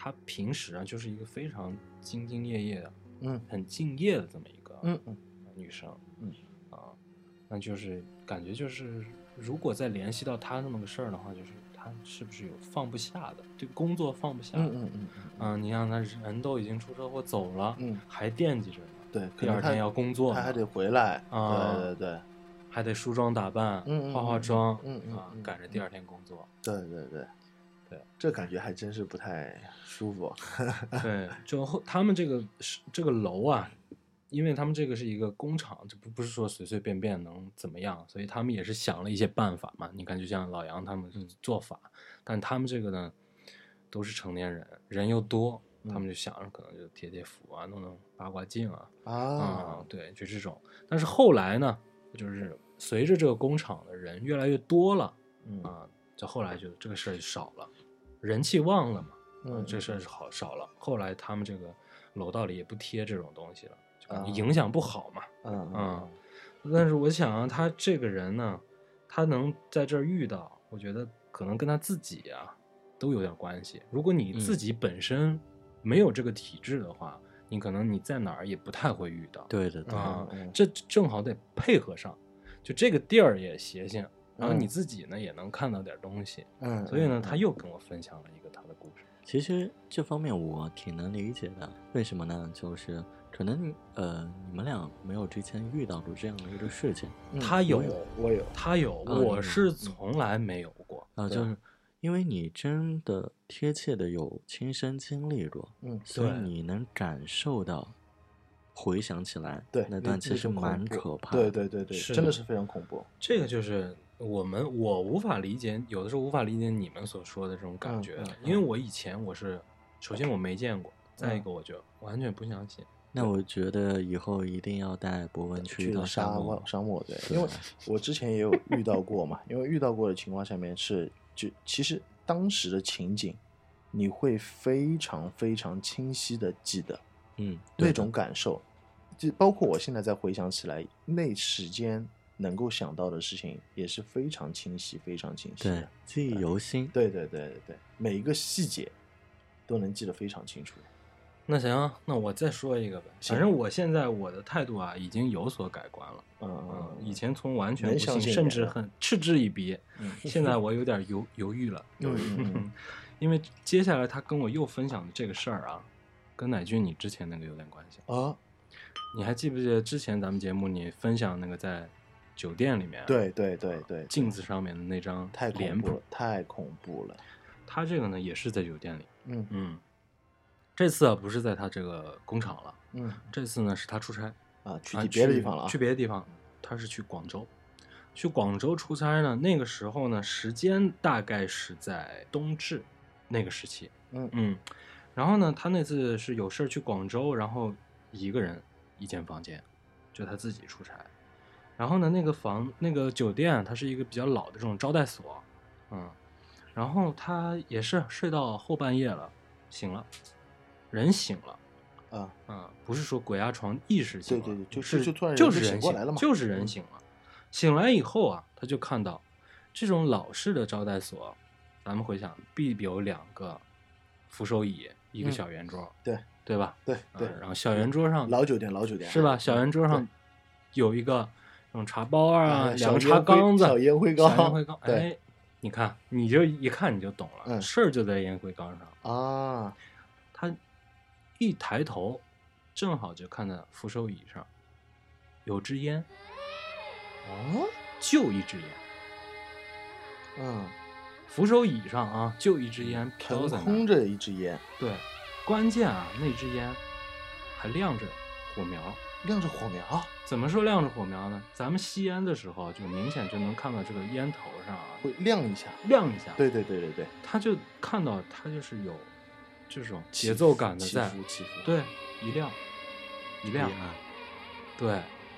她平时啊就是一个非常兢兢业业的， 嗯很敬业的这么一个嗯嗯女生， 嗯啊，那就是感觉就是如果再联系到她那么个事儿的话，就是她是不是有放不下的，对工作放不下的， 嗯嗯嗯嗯嗯，你让他人都已经出车祸走了， 嗯还惦记着呢， 对，可能他第二天要工作呢， 他还得回来， 啊对对对还得梳妆打扮， 嗯嗯化化妆， 嗯嗯啊， 嗯赶着第二天工作， 对对对对， 这感觉还真是不太舒服。 对，就后他们这个是这个楼啊，因为他们这个是一个工厂，这不不是说随随便便能怎么样，所以他们也是想了一些办法嘛。你看，就像老杨他们做法，但他们这个呢，都是成年人，人又多，他们就想着可能就贴贴符啊，弄弄八卦镜啊， 啊嗯，对，就这种。但是后来呢，就是随着这个工厂的人越来越多了， 嗯啊，这后来就这个事儿就少了，人气旺了嘛， 嗯啊这事儿是好少了。后来他们这个楼道里也不贴这种东西了，就感觉啊影响不好嘛， 嗯嗯。但是我想啊，他这个人呢，他能在这儿遇到，我觉得可能跟他自己啊都有点关系。如果你自己本身没有这个体质的话，你可能你在哪儿也不太会遇到。 对的对啊嗯嗯， 这正好得配合上，就这个地儿也邪性，然后嗯你自己呢也能看到点东西， 嗯， 所以呢， 嗯他又跟我分享了一个他的故事。 其实这方面我挺能理解的，为什么呢？就是可能呃你们俩没有之前遇到过这样的一个事情嗯他有我有我有他有， 啊你有我是从来没有过。 啊、 对就是因为你真的贴切的有亲身经历过， 嗯所以对你能感受到，回想起来， 对那段其实蛮可怕的。 对对对对， 是真的是非常恐怖。 这个就是我们我无法理解，有的时候无法理解你们所说的这种感觉， 嗯嗯因为我以前我是，首先我没见过，再一个我就完全不相信。 那我觉得以后一定要带博文去一趟沙漠漠。沙漠对，因为我之前也有遇到过嘛，因为遇到过的情况下面是，就其实当时的情景，你会非常非常清晰的记得嗯，对的那种感受，就包括我现在再回想起来，那时间能够想到的事情也是非常清晰、非常清晰对的。 记忆犹新。 对对对对对，每一个细节都能记得非常清楚。 那行，那我再说一个呗。 行反正我现在我的态度啊，已经有所改观了。 嗯嗯嗯，， 以前从完全能不信，甚相信你了至很嗤之以鼻， 嗯现在我有点犹犹豫了。 嗯嗯嗯因为接下来他跟我又分享的这个事儿啊，跟乃军你之前那个有点关系。 啊， 你还记不记得之前咱们节目你分享那个在酒店里面对对对对， 镜子上面的那张太恐脸谱怖了，？太恐怖了。 他这个呢也是在酒店里， 嗯嗯，这次啊不是在他这个工厂了， 嗯这次呢是他出差啊，去啊地别的地方了啊。 去别的地方，他是去广州，去广州出差呢。那个时候呢，时间大概是在冬至那个时期， 嗯嗯，然后呢，他那次是有事儿去广州，然后一个人一间房间，就他自己出差。然后呢，那个房那个酒店啊，它是一个比较老的这种招待所，嗯，然后他也是睡到后半夜了，醒了，人醒了。 啊， 啊、不是说鬼压床意识醒了， 对对对就就是就突然人就是就醒人醒过来了嘛就是人嗯醒了。醒来以后啊，他就看到这种老式的招待所，咱们回想必有两个扶手椅，一个嗯小圆桌， 对对吧？ 对对啊，然后小圆桌上老酒店老酒店是吧？小圆桌上对有一个这种茶包啊， 哎两个小烟灰茶缸子， 小烟灰缸小烟灰缸， 对哎，你看你就一看你就懂了， 嗯事儿就在烟灰缸上。 啊， 他一抬头，正好就看到扶手椅上有支烟， 哦， 就一支烟。 嗯， 扶手椅上啊，就一支烟飘腾在那儿。 空着一支烟， 对，关键啊，那支烟还亮着火苗。 亮着火苗， 怎么说亮着火苗呢？咱们吸烟的时候，就明显就能看到这个烟头上啊会亮一下。 亮一下。 对对对对对， 他就看到他就是有这种起节奏感的起在， 伏起伏。 对，一亮一亮， 啊， 对，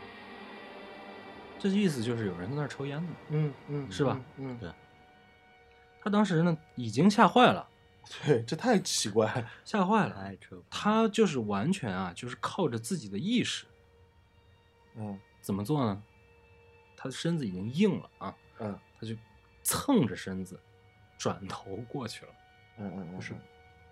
这意思就是有人在那儿抽烟呢。 嗯嗯， 是吧嗯？嗯， 对， 他当时呢已经吓坏了， 对，这太奇怪了。 吓坏了。 太可怕。 他就是完全啊，就是靠着自己的意识， 嗯怎么做呢？他的身子已经硬了啊， 嗯他就蹭着身子转头过去了， 嗯嗯嗯， 就是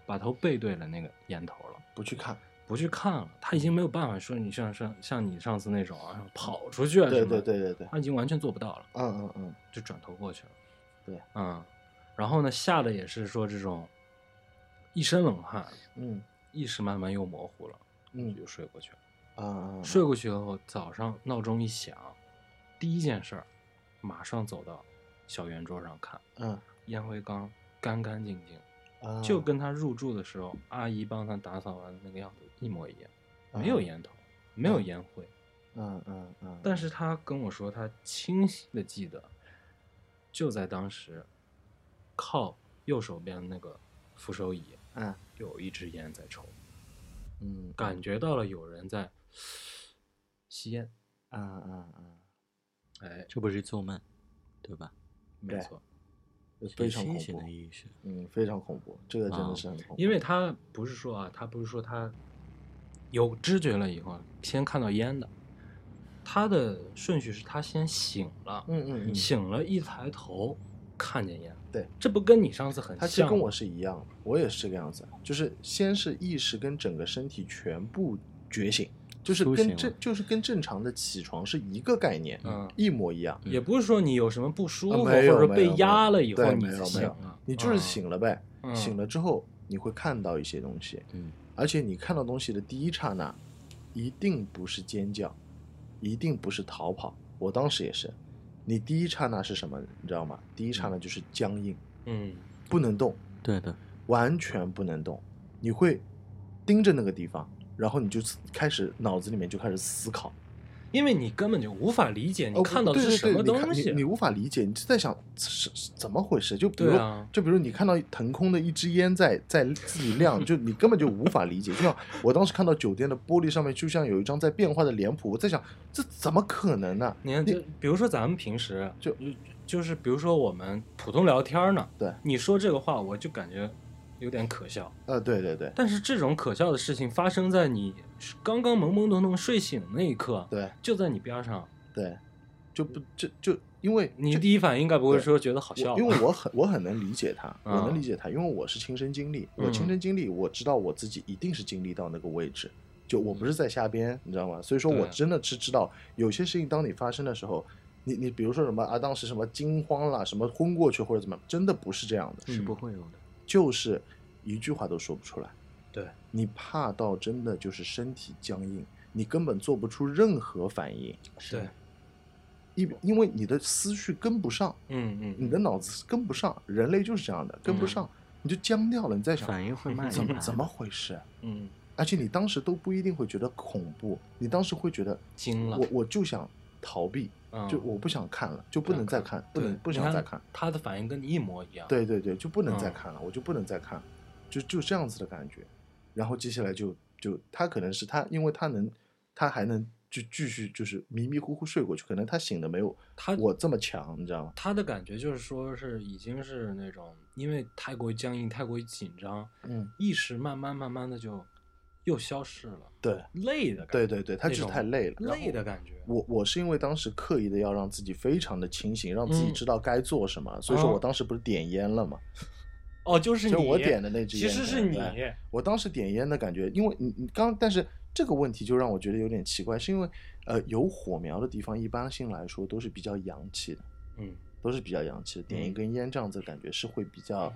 把头背对了那个烟头了， 不去看， 不去看了，他已经没有办法说你像像像你上次那种啊跑出去啊什么， 对对对对对， 他已经完全做不到了， 嗯嗯嗯， 就转头过去了， 对， 嗯，然后呢吓得也是说这种一身冷汗， 嗯意识慢慢又模糊了， 嗯就睡过去了。 啊啊， 睡过去以后，早上闹钟一响，第一件事儿，马上走到小圆桌上看， 嗯烟灰缸干干净净， 啊， 就跟他入住的时候阿姨帮他打扫完的那个样子一模一样，没有烟头，没有烟灰， 嗯嗯嗯， 但是他跟我说，他清晰的记得，就在当时，靠右手边那个扶手椅， 嗯有一支烟在抽， 嗯， 感觉到了有人在吸烟， 啊啊啊， 哎， 这不是做梦，对吧？ 没错， 非常恐清醒怖的意识。 嗯，非常恐怖，这个真的是很恐怖， 因为他不是说啊，他不是说他有知觉了以后先看到烟的，他的顺序是他先醒了， 嗯嗯嗯， 醒了一抬头看见烟， 对， 这不跟你上次很他其实像吗？ 跟我是一样的，我也是这个样子，就是先是意识跟整个身体全部觉醒，就是苏醒了跟正就是跟正常的起床是一个概念， 嗯一模一样。 也不是说你有什么不舒服， 啊没有或者说被没有压了以后对你没有没有醒了， 你就是嗯醒了呗， 嗯醒了之后你会看到一些东西， 嗯， 而且你看到东西的第一刹那，一定不是尖叫，一定不是逃跑。我当时也是，你第一刹那是什么？你知道吗？第一刹那就是僵硬， 嗯不能动， 对的， 完全不能动，你会盯着那个地方，然后你就开始脑子里面就开始思考， 因为你根本就无法理解你哦看到的对对是什么对你看东西， 你你无法理解，你就在想是是怎么回事？就比如、 对啊就比如你看到腾空的一支烟在在自己亮，就你根本就无法理解。就像我当时看到酒店的玻璃上面，就像有一张在变化的脸谱，我在想这怎么可能呢、 你看，就比如说咱们平时就就是比如说我们普通聊天呢， 对， 你说这个话我就感觉有点可笑， 呃，对对对但是这种可笑的事情发生在你刚刚懵懵懂懂睡醒那一刻， 对就在你边上， 对，就不就就因为你这第一反应应该不会对说觉得好笑吧， 我因为我很我很能理解他，我能嗯理解他，因为我是亲身经历，我嗯亲身经历，我知道我自己一定是经历到那个位置，就我不是在瞎编，你知道吗？所以说我对真的是知道有些事情当你发生的时候，你你比如说什么啊，当时什么惊慌啦，什么昏过去或者怎么样，真的不是这样的， 是不会有的。 就是一句话都说不出来， 对， 你怕到真的就是身体僵硬，你根本做不出任何反应， 对， 因因为你的思绪跟不上。 嗯嗯， 你的脑子跟不上，人类就是这样的，跟不上，你就僵掉了。你在想反应会慢一拍怎么怎么回事？ 嗯而且你当时都不一定会觉得恐怖，你当时会觉得惊了我我就想逃避， 嗯就我不想看了，就不能再看，不能对不想再看。 他的反应跟你一模一样， 对对对，就不能再嗯看了，我就不能再看了，就就这样子的感觉。然后接下来就就他可能是他，因为他能，他还能就继续就是迷迷糊糊睡过去，可能他醒的没有他我这么强，你知道吗？ 他的感觉就是说是已经是那种因为太过于僵硬、太过于紧张， 嗯， 意识慢慢慢慢的就又消失了， 对累的感觉， 对对对，他就是那种太累了，然后累的感觉。 我我是因为当时刻意的要让自己非常的清醒，让自己嗯知道该做什么，所以说哦我当时不是点烟了吗？ 哦，就是你就我点的那支烟， 其实是你， 对我当时点烟的感觉，因为你你刚，但是这个问题就让我觉得有点奇怪，是因为呃有火苗的地方，一般性来说都是比较洋气的， 嗯， 都是比较洋气的，点一嗯根烟这样子的感觉是会比较。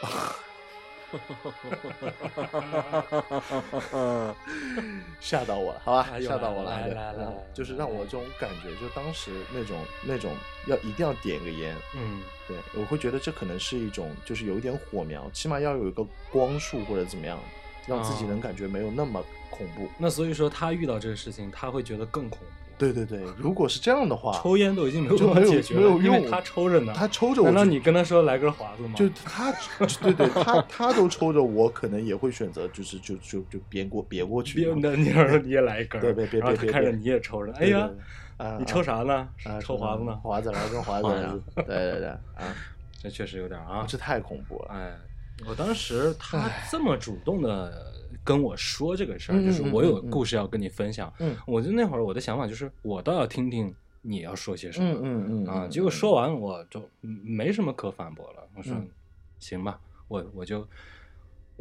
吓到我了，好吧， 哎呦吓到我了， 来对然后来来来就是让我这种感觉，就当时那种那种要一定要点个烟， 嗯， 对，我会觉得这可能是一种，就是有一点火苗，起码要有一个光束或者怎么样，让自己哦能感觉没有那么恐怖。 那所以说他遇到这个事情，他会觉得更恐怖。 对对对，如果是这样的话， 抽烟都已经没有就没有办法解决了， 没有用因为他抽着呢。 他抽着我就， 难道你跟他说来根华子吗？ 就他，对对，他他都抽着，我可能也会选择，就是就就就别过别过去。 别那你说你也来一根儿， 对别别然后他别别看着你也抽着，哎对呀， 对啊， 你抽啥呢？ 啊？ 抽华子呢？ 华子来根华子华啊子！ 对对对，啊， 这确实有点啊， 这太恐怖了。 哎，我当时他这么主动的跟我说这个事儿， 嗯就是我有嗯嗯故事要跟你分享。 嗯我就那会儿我的想法就是，我倒要听听你要说些什么。 嗯嗯嗯啊， 嗯结果说完我就没什么可反驳了。我说， 嗯行吧，我我就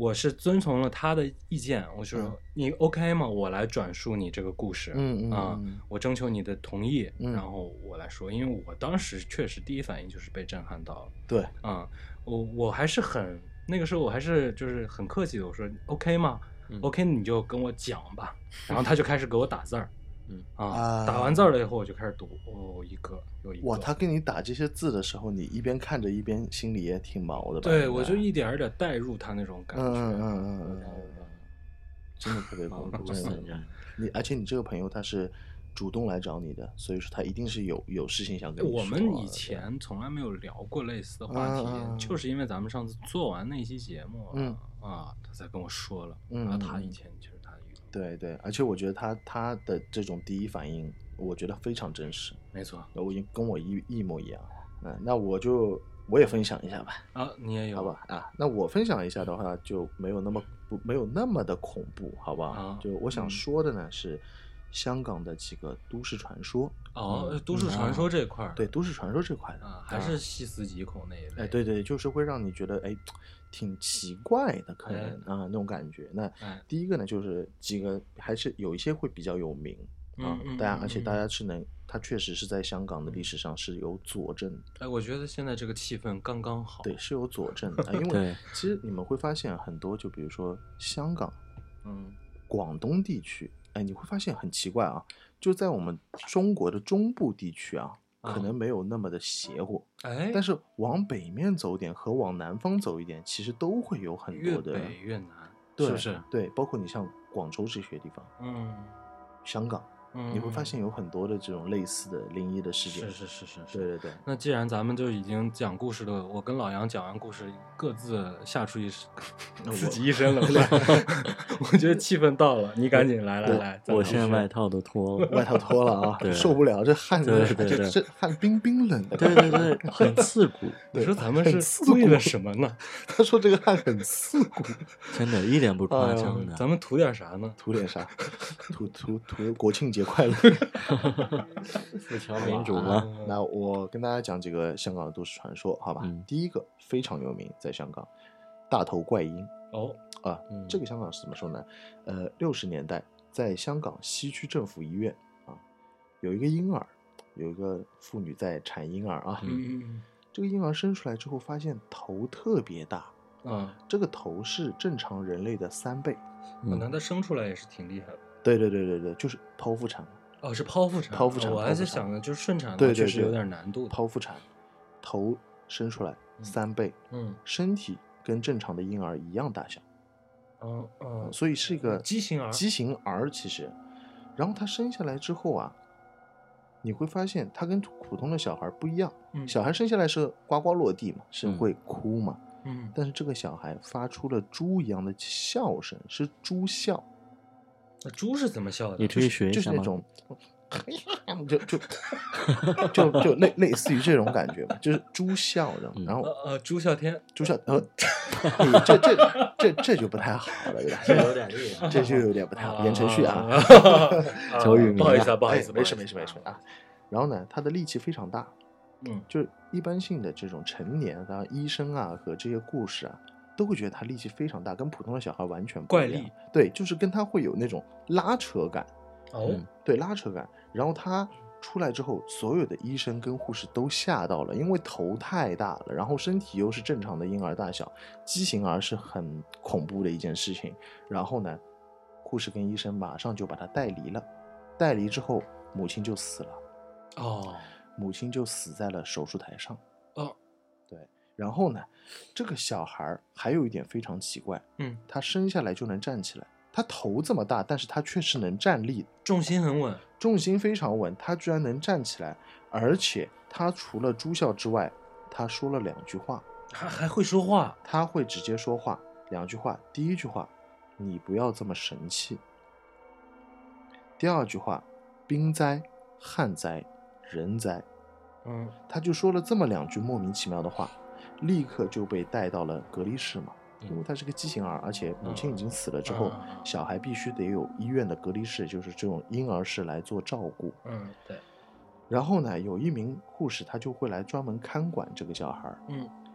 我是遵从了他的意见，我说、 嗯、 你 OK 吗？我来转述你这个故事， 嗯嗯啊、 嗯， 我征求你的同意， 嗯、 然后我来说，因为我当时确实第一反应就是被震撼到了， 对， 啊、嗯，我我还是很那个时候我还是就是很客气的，我说 OK 吗、嗯、？OK 你就跟我讲吧，然后他就开始给我打字儿。嗯啊，打完字了以后我就开始读，哦，一个又一个。 哇，他给你打这些字的时候，你一边看着一边心里也挺毛的吧？ 对，我就一点一点带入他那种感觉。 嗯嗯嗯嗯嗯，真的特别棒，真的。你而且你这个朋友他是主动来找你的，所以说他一定是有有事情想跟你说。 我们以前从来没有聊过类似的话题， 嗯、 就是因为咱们上次做完那期节目， 嗯啊，他才跟我说了， 嗯， 然后他以前就是他。 对对，而且我觉得他他的这种第一反应，我觉得非常真实。 没错， 我已经跟我一一模一样。嗯，那我就我也分享一下吧。 啊，你也有， 好吧？啊，那我分享一下的话，就没有那么不没有那么的恐怖，好吧？ 啊， 就我想说的呢、嗯、是香港的几个都市传说。 哦，嗯、都市传说这块儿、 嗯，对，都市传说这块的啊，还是细思极恐那一类。 哎，对对，就是会让你觉得哎。挺奇怪的，可能、 哎、 啊那种感觉。那、 哎、 第一个呢，就是几个还是有一些会比较有名啊， 嗯、 大家、嗯、而且大家是能，它确实是在香港的历史上是有佐证。 哎，我觉得现在这个气氛刚刚好。 对，是有佐证的，因为其实你们会发现很多，就比如说香港， 嗯， 广东地区，哎，你会发现很奇怪啊，就在我们中国的中部地区啊。可能没有那么的邪乎， 哎， 但是往北面走点和往南方走一点，其实都会有很多的越北越南， 对是不是？ 对，包括你像广州这些地方， 嗯， 香港， 嗯， 你会发现有很多的这种类似的灵异的事件。 是是是是是， 对对对。 那既然咱们就已经讲故事了，我跟老杨讲完故事，各自吓出一自己一身冷汗，我觉得气氛到了，你赶紧来来来， 我现在外套都脱了， 外套脱了啊，受不了这汗， 对对对， 这汗冰冰冷的， 对对对，很刺骨。 你说咱们是为了什么呢？ 他说这个汗很刺骨， 真的，一点不夸张的。 咱们图点啥呢？ 图点啥？图图图国庆节快乐， 四条民主吗？ 那我跟大家讲几个香港的都市传说，好吧？ 嗯、 第一个非常有名，在香港，大头怪婴。 哦啊，嗯、这个香港是怎么说呢？呃，六十年代在香港西区政府医院啊，有一个婴儿，有一个妇女在产婴儿啊。 嗯， 这个婴儿生出来之后，发现头特别大。 啊， 这个头是正常人类的三倍。 嗯，那他生出来也是挺厉害的。 对对对对对，就是剖腹产。 哦，是剖腹产。 剖腹产， 哦、我还在想呢，就是顺产， 对对对， 确实有点难度的。 剖腹产，头生出来三倍， 嗯， 身体跟正常的婴儿一样大小。 嗯嗯， 所以是一个畸形儿。 畸形儿其实，然后他生下来之后啊，你会发现他跟普通的小孩不一样。 嗯， 小孩生下来是呱呱落地嘛，是会哭嘛。 嗯， 但是这个小孩发出了猪一样的笑声，是猪笑。 那猪是怎么笑的？ 你可以学一下吗？ 就是那种，就就就就类类似于这种感觉嘛，就是猪笑的。然后呃呃，猪笑天， 猪笑呃，这这这这就不太好了，对吧？ 这有点厉害， 这就有点不太好，言承旭啊， 周渝民， 不好意思啊，不好意思， 没事没事没事啊。然后呢，他的力气非常大。 嗯， 就一般性的这种成年的医生啊和这些护士啊，都会觉得他力气非常大，跟普通的小孩完全不一样。 怪力， 对，就是跟他会有那种拉扯感。 哦、 嗯，对，拉扯感。然后他出来之后，所有的医生跟护士都吓到了，因为头太大了，然后身体又是正常的婴儿大小，畸形儿是很恐怖的一件事情。然后呢，护士跟医生马上就把他带离了，带离之后，母亲就死了。 哦。 母亲就死在了手术台上。 哦， 对。然后呢，这个小孩还有一点非常奇怪， 嗯， 他生下来就能站起来，他头这么大，但是他却是能站立， 重心很稳， 重心非常稳，他居然能站起来，而且他除了猪笑之外，他说了两句话， 还还会说话， 他会直接说话，两句话，第一句话，你不要这么神气。第二句话，兵灾、旱灾、人灾。 嗯， 他就说了这么两句莫名其妙的话，立刻就被带到了隔离室嘛，因为他是个畸形儿，而且母亲已经死了之后， 嗯、 小孩必须得有医院的隔离室，就是这种婴儿室来做照顾。 嗯，对。 然后呢，有一名护士，他就会来专门看管这个小孩。 嗯，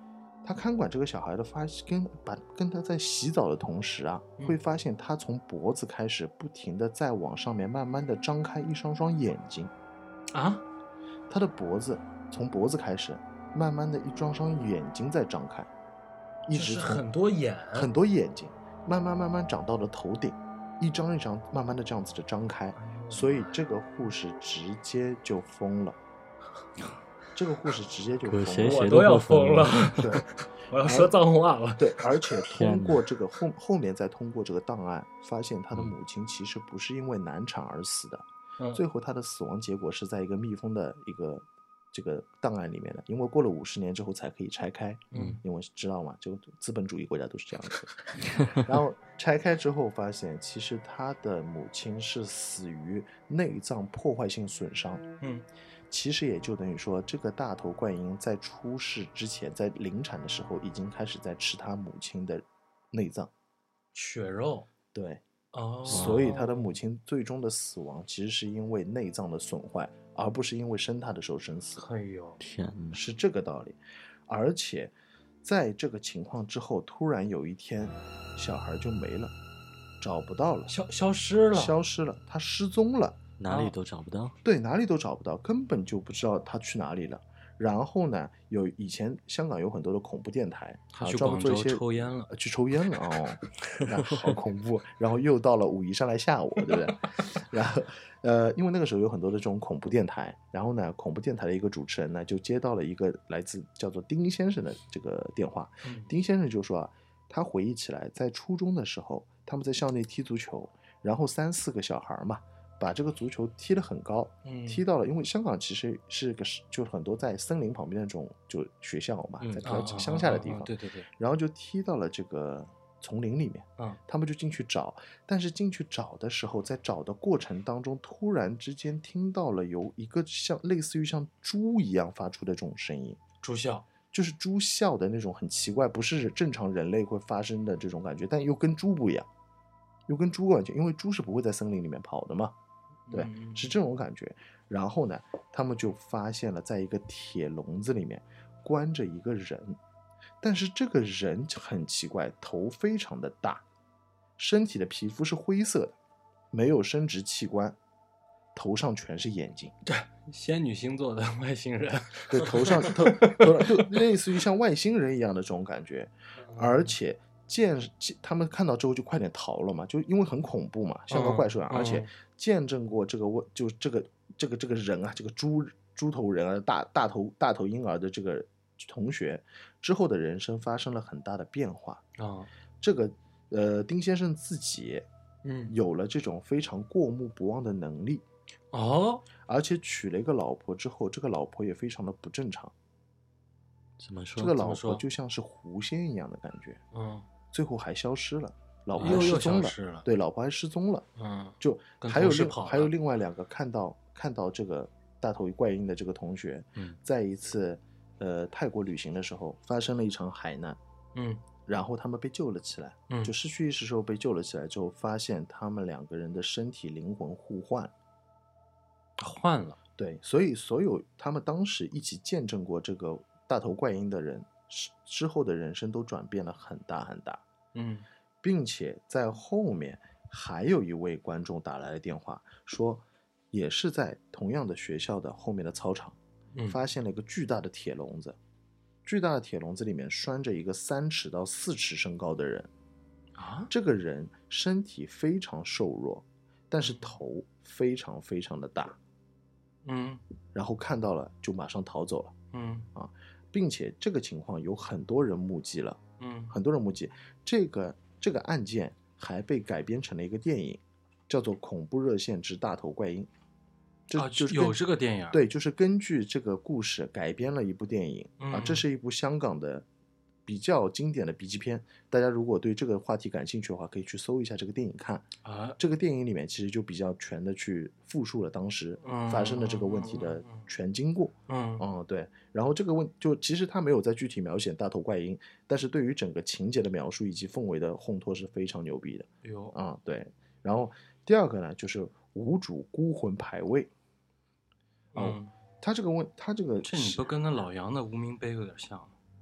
他看管这个小孩的发跟把跟他在洗澡的同时啊， 嗯会发现他从脖子开始不停的在往上面慢慢的张开一双双眼睛啊， 他的脖子从脖子开始慢慢的一双双眼睛在张开，一直从这是很多眼， 很多眼睛慢慢慢慢长到了头顶，一张一张慢慢的这样子的张开，所以这个护士直接就疯了。这个护士直接就疯了， 谁谁我都要疯了， 对， 我要说脏话了。 对，而且通过这个后后面再通过这个档案，发现他的母亲其实不是因为难产而死的， 嗯最后他的死亡结果是在一个密封的一个这个档案里面的，因为过了五十年之后才可以拆开， 嗯， 因为知道吗？这个资本主义国家都是这样子。然后拆开之后发现，其实他的母亲是死于内脏破坏性损伤。 嗯， 其实也就等于说，这个大头怪婴在出世之前，在临产的时候已经开始在吃他母亲的内脏， 血肉对， 哦， 所以他的母亲最终的死亡其实是因为内脏的损坏，而不是因为生他的时候生死， 哎呦， 天哪， 是这个道理。而且在这个情况之后，突然有一天，小孩就没了，找不到了， 消消失了， 消失了，他失踪了。 哪里都找不到。 对，哪里都找不到，根本就不知道他去哪里了。然后呢，有以前香港有很多的恐怖电台，啊， 他去广州专门做一些抽烟了， 呃去抽烟了哦，那好恐怖。然后又到了五一上来吓我，对不对？然后呃，因为那个时候有很多的这种恐怖电台，然后呢，恐怖电台的一个主持人呢就接到了一个来自叫做丁先生的这个电话， 嗯丁先生就说啊，他回忆起来，在初中的时候，他们在校内踢足球，然后三四个小孩嘛。把这个足球踢得很高， 嗯踢到了，因为香港其实是个就是很多在森林旁边的这种就学校嘛， 嗯在比较啊乡下的地方， 啊啊啊对对对， 然后就踢到了这个丛林里面， 嗯他们就进去找，但是进去找的时候，在找的过程当中，突然之间听到了有一个像类似于像猪一样发出的这种声音， 住校， 就是猪笑的那种很奇怪，不是正常人类会发生的这种感觉，但又跟猪不一样，又跟猪完全，因为猪是不会在森林里面跑的嘛。对， 嗯是这种感觉。然后呢，他们就发现了，在一个铁笼子里面关着一个人，但是这个人很奇怪，头非常的大，身体的皮肤是灰色的，没有生殖器官，头上全是眼睛。 仙女星座的外星人， 对，头上头头上就类似于像外星人一样的这种感觉，而且。见他们看到之后就快点逃了嘛，就因为很恐怖嘛，像个怪兽一样， 嗯、 而且见证过这个问，就这个这个这个人啊，这个猪猪头人啊，大大头大头婴儿的这个同学之后的人生发生了很大的变化啊、哦。 这个呃，丁先生自己嗯有了这种非常过目不忘的能力哦， 而且娶了一个老婆之后，这个老婆也非常的不正常。 怎么说？ 这个老婆就像是狐仙一样的感觉。 嗯。 最后还消失了，老婆又失踪了， 了，对，老婆还失踪了， 嗯， 就还有另还有另外两个看到看到这个大头怪婴的这个同学， 嗯， 在一次呃泰国旅行的时候发生了一场海难， 嗯， 然后他们被救了起来， 嗯， 就失去意识时候被救了起来之后，发现他们两个人的身体灵魂互换， 换了， 对，所以所有他们当时一起见证过这个大头怪婴的人之后的人生都转变了很大很大。 嗯， 并且在后面还有一位观众打来了电话，说也是在同样的学校的后面的操场， 嗯、 发现了一个巨大的铁笼子，巨大的铁笼子里面拴着一个三尺到四尺身高的人， 啊， 这个人身体非常瘦弱，但是头非常非常的大， 嗯， 然后看到了就马上逃走了， 嗯啊，并且这个情况有很多人目击了。 嗯， 很多人目击这个这个案件还被改编成了一个电影，叫做《恐怖热线之大头怪婴》。这啊， 就是有这个电影， 对，就是根据这个故事改编了一部电影、 嗯、 啊。这是一部香港的比较经典的 B 级片，大家如果对这个话题感兴趣的话，可以去搜一下这个电影看。 啊， 这个电影里面其实就比较全的去复述了当时发生的这个问题的全经过。 嗯嗯，对。然后这个问就其实他没有在具体描写大头怪婴，但是对于整个情节的描述以及氛围的烘托是非常牛逼的。 有啊、嗯，对。然后第二个呢，就是无主孤魂牌位。 嗯， 他这个问他这个这你不跟那老杨的无名碑有点像吗？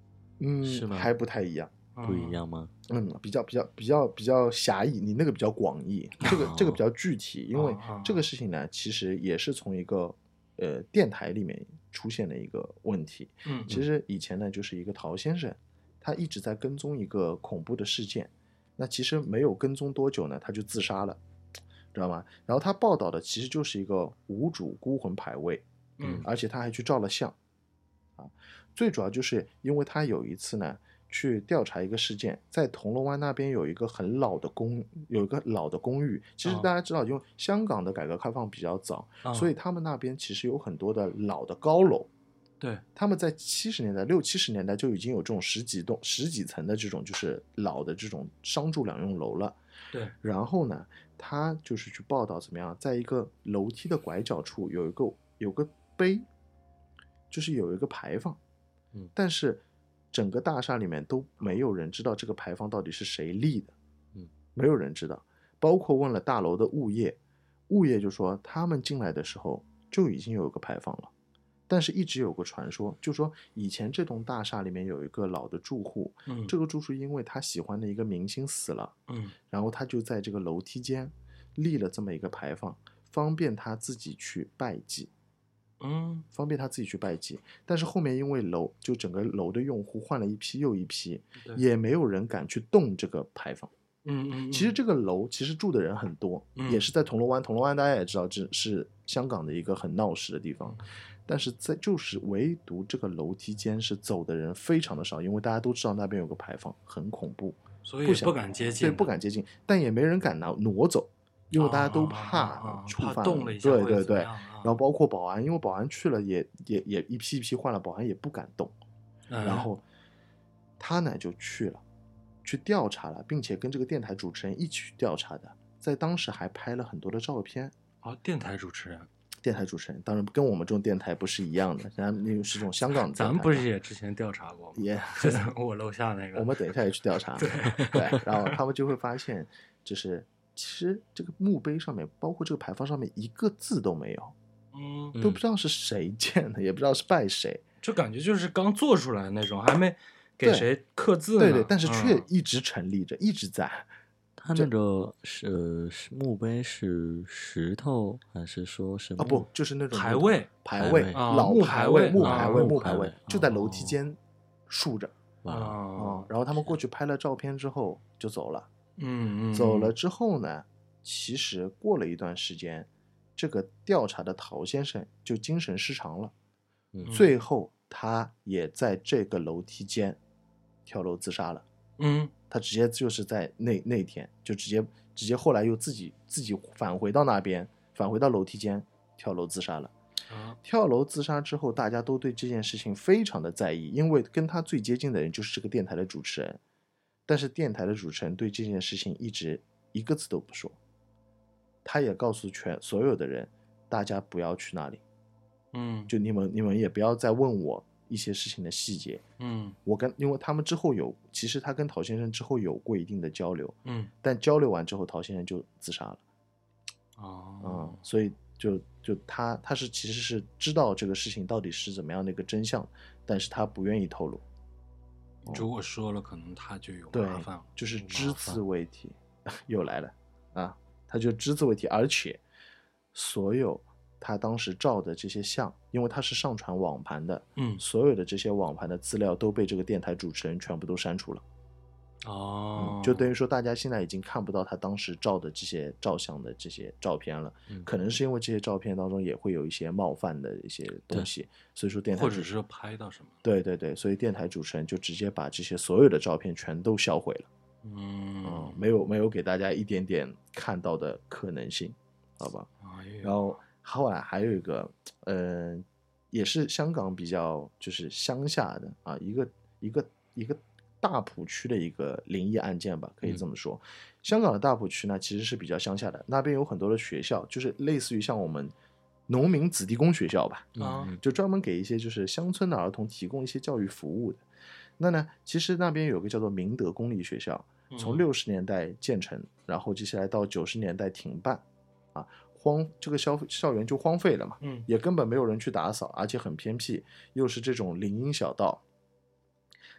嗯， 是吗还不太一样。 不一样吗？ 嗯，比较比较比较比较狭义，你那个比较广义，这个、 哦、 这个比较具体，因为哦这个事情呢，其实也是从一个呃电台里面出现的一个问题。 嗯， 其实以前呢，就是一个陶先生，他一直在跟踪一个恐怖的事件，那其实没有跟踪多久呢，他就自杀了，知道吗？然后他报道的其实就是一个无主孤魂牌位， 嗯而且他还去照了相，啊，最主要就是因为他有一次呢。去调查一个事件，在铜锣湾那边有一个很老的公，有一个老的公寓。其实大家知道，因为香港的改革开放比较早， 哦、 所以他们那边其实有很多的老的高楼。 对， 他们在七十年代、六七十年代就已经有这种十几栋、十几层的这种就是老的这种商住两用楼了。 对， 然后呢，他就是去报道怎么样，在一个楼梯的拐角处有一个有个碑，就是有一个牌坊， 嗯， 但是。整个大厦里面都没有人知道这个牌坊到底是谁立的， 嗯， 没有人知道，包括问了大楼的物业，物业就说他们进来的时候就已经有个牌坊了，但是一直有个传说，就说以前这栋大厦里面有一个老的住户， 嗯， 这个住户因为他喜欢的一个明星死了， 嗯， 然后他就在这个楼梯间立了这么一个牌坊，方便他自己去拜祭。 嗯， 方便他自己去拜祭，但是后面因为楼就整个楼的用户换了一批又一批，也没有人敢去动这个牌坊。 嗯 嗯, 嗯， 其实这个楼其实住的人很多， 嗯、 也是在铜锣湾。铜锣湾大家也知道，这是香港的一个很闹市的地方，但是在就是唯独这个楼梯间是走的人非常的少，因为大家都知道那边有个牌坊，很恐怖， 所以不敢接近， 对，不敢接近，但也没人敢拿挪走。因为大家都怕触犯， 啊啊啊、动了一下， 对对对， 啊、 然后包括保安，因为保安去了也也也一批一批换了，保安也不敢动， 嗯、 然后他呢就去了，去调查了，并且跟这个电台主持人一起去调查的，在当时还拍了很多的照片。 哦，电台主持人， 电台主持人，当然跟我们这种电台不是一样的，人家那个是这种香港的。 咱们不是也之前调查过吗？ 也， 我楼下那个， 我们等一下也去调查。 对对，然后他们就会发现，就是。其实这个墓碑上面，包括这个牌坊上面，一个字都没有， 嗯， 都不知道是谁建的，也不知道是拜谁， 就感觉就是刚做出来的那种，还没给谁刻字呢。 对对，但是却一直成立着，嗯、一直在。 他那个是是墓碑是石头还是说是啊？不，就是那种牌位， 牌位，老牌位，木牌位，木牌位，就在楼梯间竖着。 啊， 然后他们过去拍了照片之后就走了。 嗯嗯， 走了之后呢，其实过了一段时间，这个调查的陶先生就精神失常了， 嗯、 最后他也在这个楼梯间跳楼自杀了。 嗯， 他直接就是在那那天就直接直接后来又自己自己返回到那边，返回到楼梯间跳楼自杀了。 啊、 跳楼自杀之后，大家都对这件事情非常的在意，因为跟他最接近的人就是这个电台的主持人。但是电台的主持人对这件事情一直一个字都不说，他也告诉全所有的人，大家不要去那里， 嗯， 就你们你们也不要再问我一些事情的细节， 嗯， 我跟因为他们之后有，其实他跟陶先生之后有过一定的交流， 嗯， 但交流完之后，陶先生就自杀了， 哦， 嗯，所以就就他他是其实是知道这个事情到底是怎么样的一个真相，但是他不愿意透露。 如果说了，可能他就有麻烦了， 就是只字未提，又来了啊！他就只字未提，而且所有他当时照的这些相，因为他是上传网盘的， 嗯， 所有的这些网盘的资料都被这个电台主持人全部都删除了。 哦、 嗯，就等于说大家现在已经看不到他当时照的这些照相的这些照片了， 嗯、 可能是因为这些照片当中也会有一些冒犯的一些东西，所以说电台或者是拍到什么， 对对对，所以电台主持人就直接把这些所有的照片全都销毁了， 嗯， 嗯，没有没有给大家一点点看到的可能性，好吧？ 哎、 然后后来还有一个，嗯、呃，也是香港比较就是乡下的啊，一个一个一个。大埔区的一个灵异案件吧，可以这么说。嗯、香港的大埔区呢，其实是比较乡下的，那边有很多的学校，就是类似于像我们农民子弟工学校吧， 嗯， 就专门给一些就是乡村的儿童提供一些教育服务的。那呢，其实那边有个叫做明德公立学校，从六十年代建成，然后接下来到九十年代停办，啊，荒这个校校园就荒废了嘛， 嗯， 也根本没有人去打扫，而且很偏僻，又是这种林荫小道。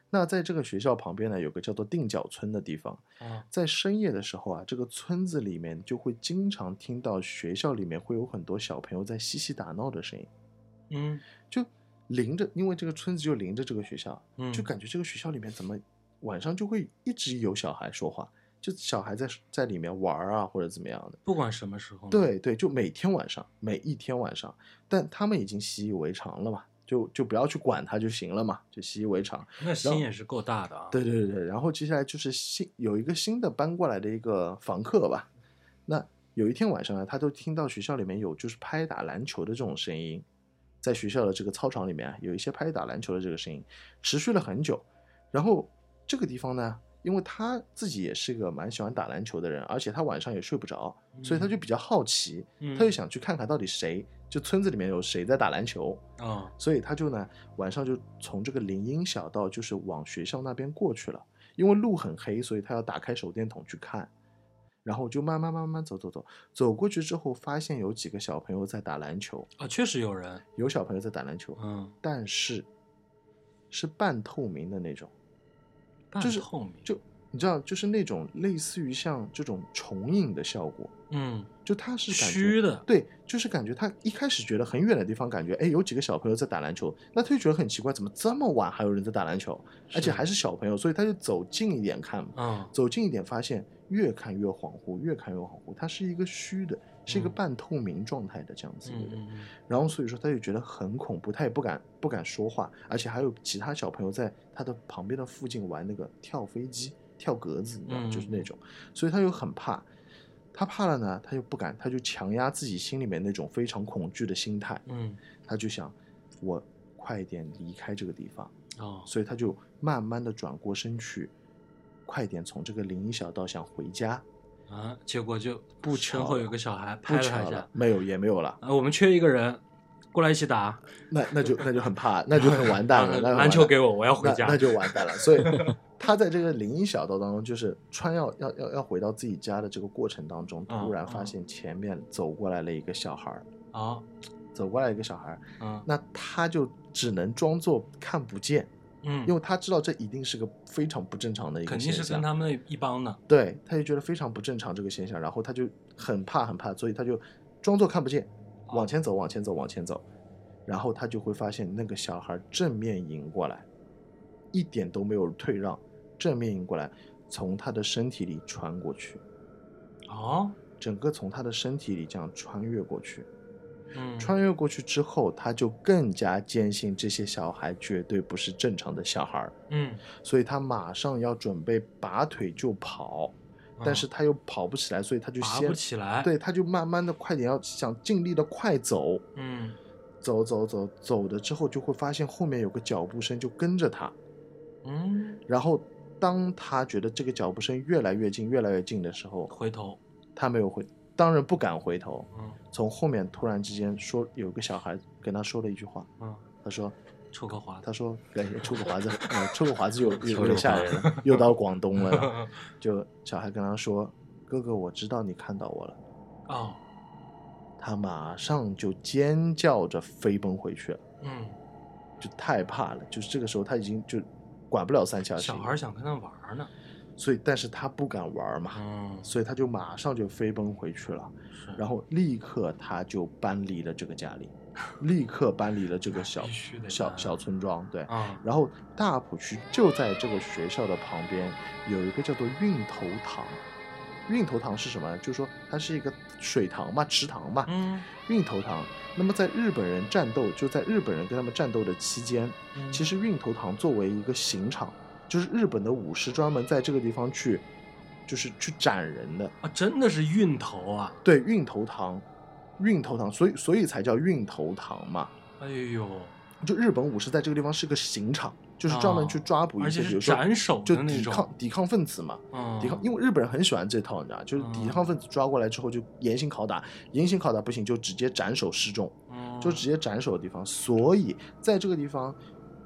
那在这个学校旁边呢，有个叫做定角村的地方， 啊， 在深夜的时候啊，这个村子里面就会经常听到学校里面会有很多小朋友在嬉戏打闹的声音， 嗯就临着，因为这个村子就临着这个学校， 嗯， 就感觉这个学校里面怎么晚上就会一直有小孩说话，就小孩在在里面玩啊或者怎么样的。 不管什么时候呢， 对对，就每天晚上，每一天晚上，但他们已经习以为常了嘛，就就不要去管它就行了嘛，就习以为常。 那心也是够大的啊。 对对对，然后接下来就是新有一个新的搬过来的一个房客吧，那有一天晚上呢，他都听到学校里面有就是拍打篮球的这种声音，在学校的这个操场里面啊，有一些拍打篮球的这个声音，持续了很久。然后这个地方呢，因为他自己也是个蛮喜欢打篮球的人，而且他晚上也睡不着，所以他就比较好奇， 嗯他就想去看看到底谁，就村子里面有谁在打篮球。 啊， 所以他就呢晚上就从这个林荫小道就是往学校那边过去了，因为路很黑，所以他要打开手电筒去看，然后就慢慢慢慢走走走，走过去之后发现有几个小朋友在打篮球， 啊，确实有人， 有小朋友在打篮球， 嗯， 但是是半透明的那种， 半就是透明， 就你知道，就是那种类似于像这种重影的效果， 嗯， 就他是感觉虚的， 对，就是感觉他一开始觉得很远的地方，感觉哎有几个小朋友在打篮球，那他就觉得很奇怪，怎么这么晚还有人在打篮球，而且还是小朋友，所以他就走近一点看， 嗯走近一点发现越看越恍惚，越看越恍惚，它是一个虚的，是一个嗯半透明状态的这样子的人， 嗯嗯然后所以说他就觉得很恐怖，他也不敢不敢说话，而且还有其他小朋友在他的旁边的附近玩那个跳飞机、跳格子，你知道吗？ 嗯就是那种，所以他又很怕。他怕了呢，他又不敢，他就强压自己心里面那种非常恐惧的心态， 嗯他就想我快点离开这个地方， 哦， 所以他就慢慢的转过身去，快点从这个林荫小道想回家。 啊，结果就不巧身后有个小孩拍不巧了他一下了，，没有也没有了， 啊，我们缺一个人，过来一起打， 那那就那就很怕，那就很完蛋了。 啊那很完蛋篮球给我，我要回家， 那，那就完蛋了。所以他在这个林荫小道当中，就是穿要要要要回到自己家的这个过程当中， 嗯突然发现前面走过来了一个小孩儿， 啊， 走过来一个小孩儿， 嗯那他就只能装作看不见， 嗯， 因为他知道这一定是个非常不正常的一个肯定是现象。 跟他们一帮的， 对，他就觉得非常不正常这个现象，然后他就很怕很怕，所以他就装作看不见，往前走，往前走，往前走，然后他就会发现那个小孩正面迎过来，一点都没有退让，正面迎过来，从他的身体里穿过去， 哦， 整个从他的身体里这样穿越过去。 嗯， 穿越过去之后，他就更加坚信这些小孩绝对不是正常的小孩， 嗯， 所以他马上要准备拔腿就跑，但是他又跑不起来，所以他就拔先不起来，， 对，他就慢慢的快点要想尽力的快走， 嗯走走走走的之后就会发现后面有个脚步声就跟着他， 嗯， 然后当他觉得这个脚步声越来越近越来越近的时候， 回头， 他没有回，当然不敢回头， 嗯从后面突然之间说有个小孩跟他说了一句话， 嗯， 他说抽个华子， 他说哎抽个华子，呃抽个华子有有有抽个华点吓人了，又到广东了，就小孩跟他说哥哥我知道你看到我了， 哦， 他马上就尖叫着飞奔回去了， 嗯， 就太怕了，就是这个时候他已经就管不了三七二十一， 小孩想跟他玩呢， 所以但是他不敢玩嘛， 嗯， 所以他就马上就飞奔回去了， 是， 然后立刻他就搬离了这个家里，立刻搬离了这个小必须得搬小小村庄，对， 啊， 然后大埔区就在这个学校的旁边有一个叫做运头塘。运头塘是什么？就是说它是一个水塘嘛，池塘嘛。 嗯， 运头塘。那么在日本人战斗，就在日本人跟他们战斗的期间， 嗯其实运头塘作为一个刑场，就是日本的武士专门在这个地方去，就是去斩人的。 啊，真的是运头啊， 对，运头塘，运头塘，所以所以才叫运头塘嘛。 哎呦， 就日本武士在这个地方是个刑场，就是专门去抓捕一些， 而且是比如说斩首就抵的那种抗抵抗分子嘛。 嗯， 抵抗，因为日本人很喜欢这套，你知道，就是抵抗分子抓过来之后就严刑拷打，严刑拷打不行就直接斩首示众， 嗯， 就直接斩首的地方。所以在这个地方，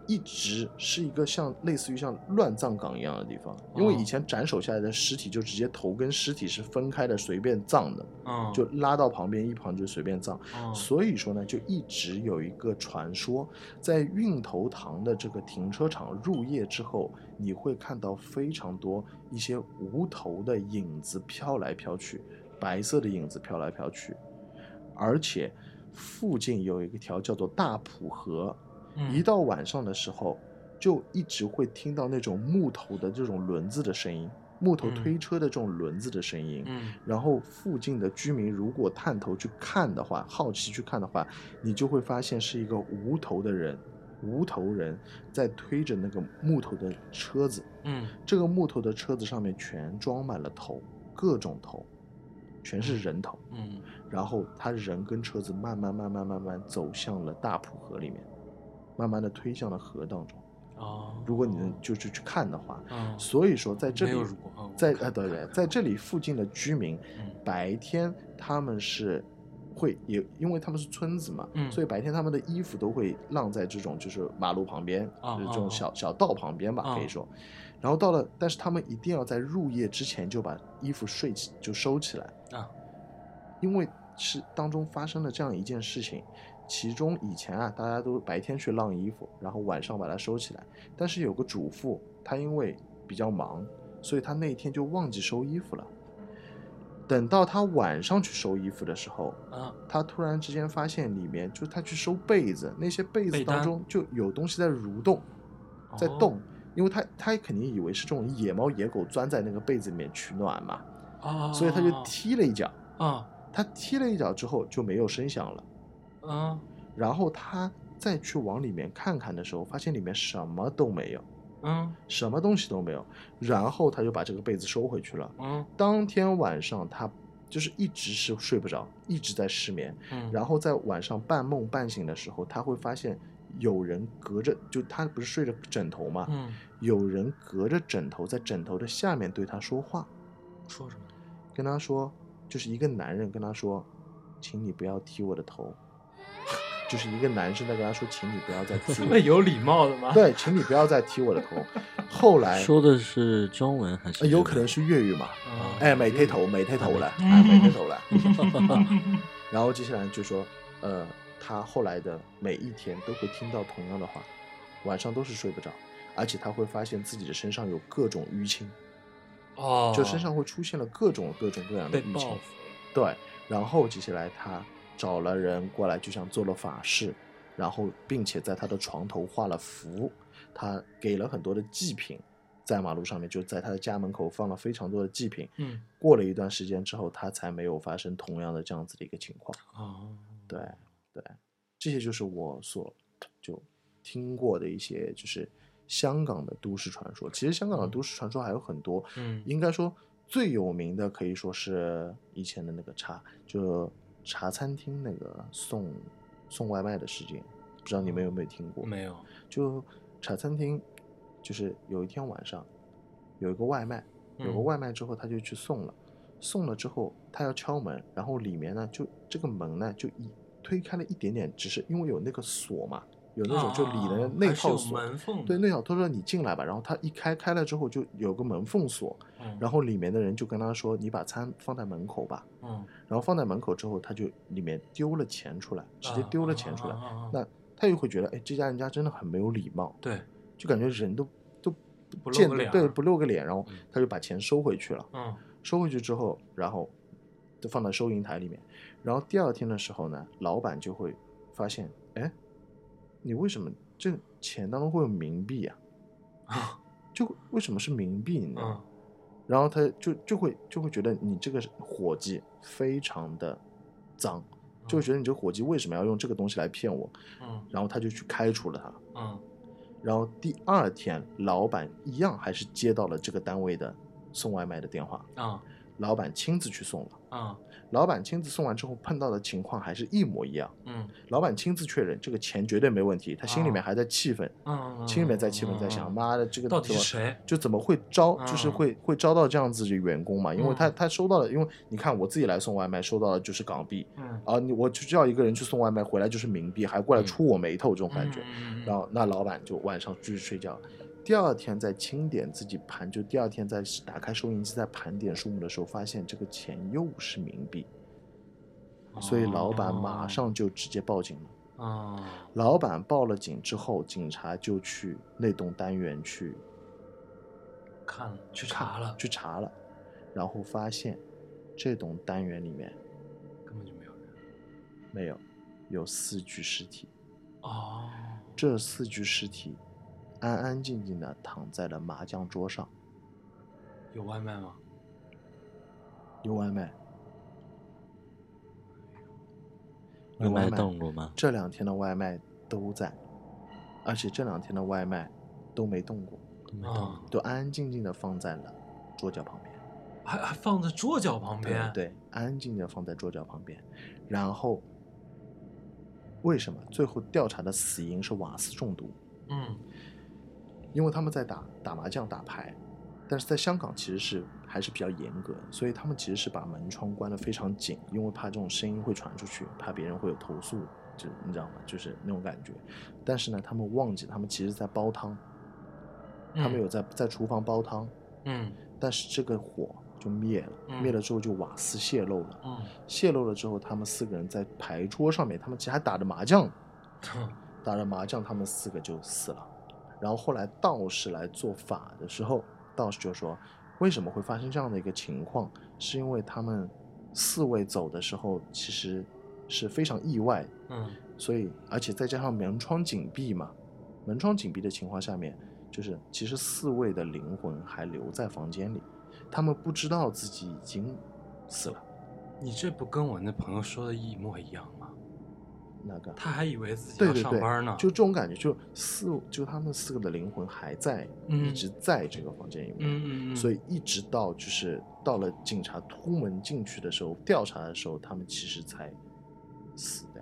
一直是一个像类似于像乱葬岗一样的地方，因为以前斩首下来的尸体就直接头跟尸体是分开的，随便葬的， 嗯， 就拉到旁边一旁就随便葬。 嗯所以说呢，就一直有一个传说，在运头塘的这个停车场入夜之后，你会看到非常多一些无头的影子飘来飘去，白色的影子飘来飘去，而且附近有一个条叫做大埔河。 嗯一到晚上的时候，就一直会听到那种木头的这种轮子的声音，木头推车的这种轮子的声音。 嗯然后附近的居民如果探头去看的话，好奇去看的话，你就会发现是一个无头的人，无头人在推着那个木头的车子。 嗯这个木头的车子上面全装满了头，各种头，全是人头。 嗯然后他人跟车子慢慢慢慢慢慢走向了大埔河里面，慢慢的推向了河当中。 哦， 如果你能就是去看的话， 嗯所以说在这里没有如果哦在我看呃对对，在这里附近的居民， 嗯白天他们是会也因为他们是村子嘛， 嗯所以白天他们的衣服都会晾在这种就是马路旁边， 啊就是这种啊小小道旁边吧， 啊可以说。然后到了，但是他们一定要在入夜之前就把衣服睡起就收起来， 啊因为是当中发生了这样一件事情。其中以前啊，大家都白天去晾衣服，然后晚上把它收起来。但是有个主妇，她因为比较忙，所以她那一天就忘记收衣服了。等到她晚上去收衣服的时候， 啊她突然之间发现里面，就是她去收被子，那些被子被单当中就有东西在蠕动，在哦动。因为她她肯定以为是这种野猫野狗钻在那个被子里面取暖嘛， 啊， 所以她就踢了一脚。 啊她踢了一脚之后就没有声响了。 啊然后他再去往里面看看的时候，发现里面什么都没有， 嗯什么东西都没有。然后他就把这个被子收回去了。 嗯当天晚上他就是一直是睡不着，一直在失眠。 嗯， 然后在晚上半梦半醒的时候，他会发现有人隔着，就他不是睡着枕头吗？ 嗯有人隔着枕头，在枕头的下面对他说话， 说什么？ 跟他说，就是一个男人跟他说，请你不要踢我的头。就是一个男生在跟他说，请你不要再踢这我么有礼貌的吗？ 对，请你不要再踢我的头。后来说的是中文还是呃日文？ 有可能是粤语嘛？ 啊哎，美推头，美推头了， 嗯哎，美推头了。然后接下来就说，呃，他后来的每一天都会听到同样的话，晚上都是睡不着，而且他会发现自己的身上有各种淤青， 哦， 就身上会出现了各种各种各样的被报淤青。 复对，然后接下来他找了人过来，就像做了法事，然后并且在他的床头画了符，他给了很多的祭品，在马路上面就在他的家门口放了非常多的祭品。 嗯过了一段时间之后，他才没有发生同样的这样子的一个情况。 哦， 对对，这些就是我所就听过的一些就是香港的都市传说。其实香港的都市传说还有很多， 嗯应该说最有名的可以说是以前的那个茶，就茶餐厅那个送送外卖的事件，不知道你们有没有听过？ 没有， 就茶餐厅，就是有一天晚上有一个外卖，有个嗯外卖之后他就去送了，送了之后他要敲门，然后里面呢就这个门呢就一推开了一点点，只是因为有那个锁嘛，有那种就里的啊那还是有套锁， 门缝的， 对，那套他说你进来吧，然后他一开开了之后就有个门缝锁， 嗯， 然后里面的人就跟他说你把餐放在门口吧， 嗯， 然后放在门口之后他就里面丢了钱出来，直接丢了钱出来， 啊啊啊啊啊那他又会觉得哎这家人家真的很没有礼貌， 对， 就感觉人都都不露见个脸儿对不露个脸，然后嗯他就把钱收回去了， 嗯收回去之后，然后就放在收银台里面。然后第二天的时候呢，老板就会发现，哎，你为什么这钱当中会有冥币啊？ 啊就为什么是冥币呢？ 嗯然后他就就会就会觉得你这个伙计非常的脏，就会觉得你这个伙计为什么要用这个东西来骗我？ 嗯然后他就去开除了他。 嗯然后第二天，老板一样还是接到了这个单位的送外卖的电话。 啊老板亲自去送了。 啊， 老板亲自送完之后碰到的情况还是一模一样。 嗯老板亲自确认这个钱绝对没问题，他心里面还在气愤， 嗯， 心里面在气愤，在嗯想妈的这个到底怎么是谁？ 就怎么会招， 嗯就是会会招到这样子的员工嘛？因为他嗯他收到了，因为你看我自己来送外卖，收到的就是港币， 嗯， 啊，你我就叫一个人去送外卖，回来就是冥币，还过来出我眉头这种感觉。 嗯， 然后那老板就晚上继续睡觉，第二天在清点自己盘，就第二天在打开收银机在盘点数目的时候，发现这个钱又是冥币，所以老板马上就直接报警了。 哦， 老板报了警之后，警察就去那栋单元去看了去查了， 去查了，然后发现这栋单元里面根本就没有人。 没有，有四具尸体。 哦， 这四具尸体安安静静的躺在了麻将桌上。 有外卖吗？ 有外卖， 外卖有外卖动过吗？ 这两天的外卖都在，而且这两天的外卖都没动过， 都没动过。 啊， 都安安静静的放在了桌角旁边。 还还放在桌角旁边。 对对，安安静静的放在桌角旁边。然后，为什么最后调查的死因是瓦斯中毒？ 嗯因为他们在打打麻将、打牌，但是在香港其实是还是比较严格的，所以他们其实是把门窗关得非常紧，因为怕这种声音会传出去，怕别人会有投诉，就你知道吗？就是那种感觉。但是呢，他们忘记他们其实在煲汤，他们有在在厨房煲汤， 嗯但是这个火就灭了， 嗯灭了之后就瓦斯泄漏了， 嗯泄漏了之后，他们四个人在牌桌上面，他们其实还打着麻将， 嗯打着麻将，他们四个就死了。然后后来道士来做法的时候，道士就说，为什么会发生这样的一个情况？是因为他们四位走的时候其实是非常意外， 嗯所以而且再加上门窗紧闭嘛，门窗紧闭的情况下面，就是其实四位的灵魂还留在房间里，他们不知道自己已经死了。 你这不跟我那朋友说的一模一样吗？ 那个他还以为自己要对对对上班呢。 就这种感觉，就四就他们四个的灵魂还在， 嗯一直在这个房间里面。 嗯嗯嗯，以所以一直到就是到了警察突门进去的时候，调查的时候，他们其实才死掉。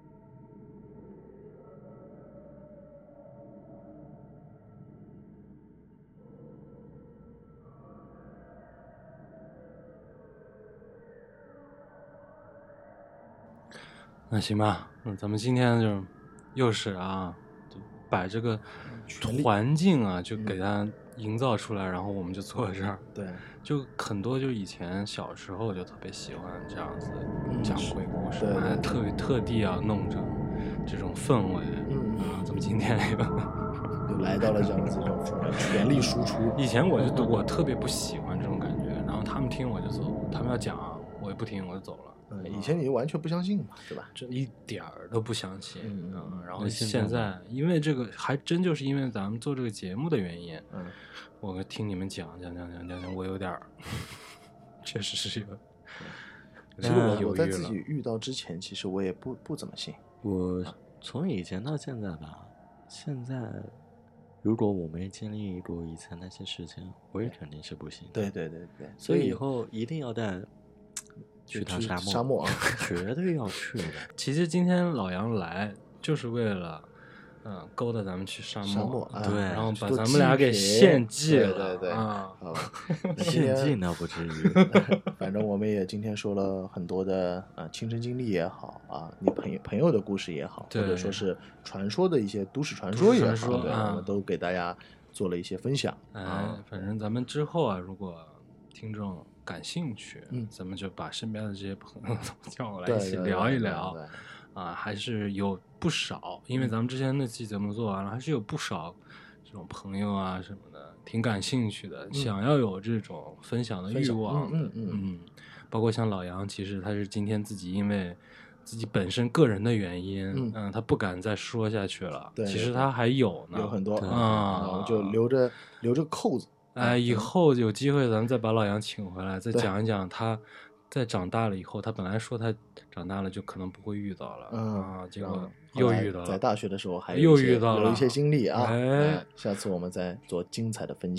那行吧，那咱们今天就又是啊，就把这个全力环境啊，就给它营造出来，然后我们就坐在这儿。 对， 就很多，就以前小时候就特别喜欢这样子讲鬼故事， 对对还特别特地要弄成这种氛围。 嗯啊，咱们今天也就来到了这样子一种全力输出。 以前我就我特别不喜欢这种感觉，然后他们听我就走，他们要讲我也不听我就走了。 嗯，以前你完全不相信嘛，对吧？ 这一点儿都不相信， 嗯嗯，然后那现现在呢在因为这个，还真就是因为咱们做这个节目的原因， 嗯， 我听你们讲讲讲讲讲讲，我有点儿，确实是有， 其实我有点犹豫我在自己了。 遇到之前，其实我也不不怎么信。 我从以前到现在吧，现在如果我没经历过以前那些事情，我也肯定是不信。 对对对对， 所以以后一定要带去趟沙漠， 沙漠啊绝对要去的。 其实今天老杨来就是为了，嗯，勾搭咱们去沙漠， 沙漠啊对然后把做咱们俩给祭品献祭对了， 对对啊， 好吧。那今献祭天那不至于。 反正我们也今天说了很多的啊、呃亲身经历也好啊，你朋友朋友的故事也好，或对者说是传说的一些都市传说也好， 都市传说对， 啊我们都给大家做了一些分享哎啊。， 反正咱们之后啊，如果听众感兴趣， 嗯咱们就把身边的这些朋友都叫过来对一起对聊一对聊对对啊，还是有不少，因为咱们之前那期节目做完了，还是有不少这种朋友啊什么的，挺感兴趣的，想要有这种分享的欲分享望的， 嗯嗯嗯嗯，包括像老杨，其实他是今天自己因为自己本身个人的原因， 嗯嗯，他不敢再说下去了， 对其实他还有呢， 有很多对啊我们就留着留着扣子。 哎，以嗯后有机会咱们再把老杨请回来，再对讲一讲他在长大了以后，他本来说他长大了就可能不会遇到了， 嗯啊，结然后果后来又遇到了， 在大学的时候还有又一些遇到了有一些经历啊。 哎下次我们再做精彩的分享。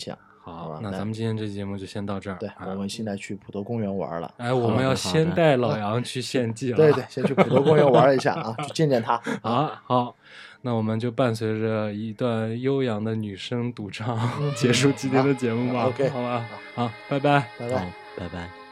好， 好吧那那咱们今天这期节目就先到这儿。 对， 啊我们现在去普陀公园玩了。 哎，我们要好的好的先带老杨去献祭了。 对对，先去普陀公园玩一下啊，去见见他。 好好，那我们就伴随着一段悠扬的女声独唱嗯结束今天的节目吧。 好，OK 好吧，好，拜拜。 拜拜好。，拜拜。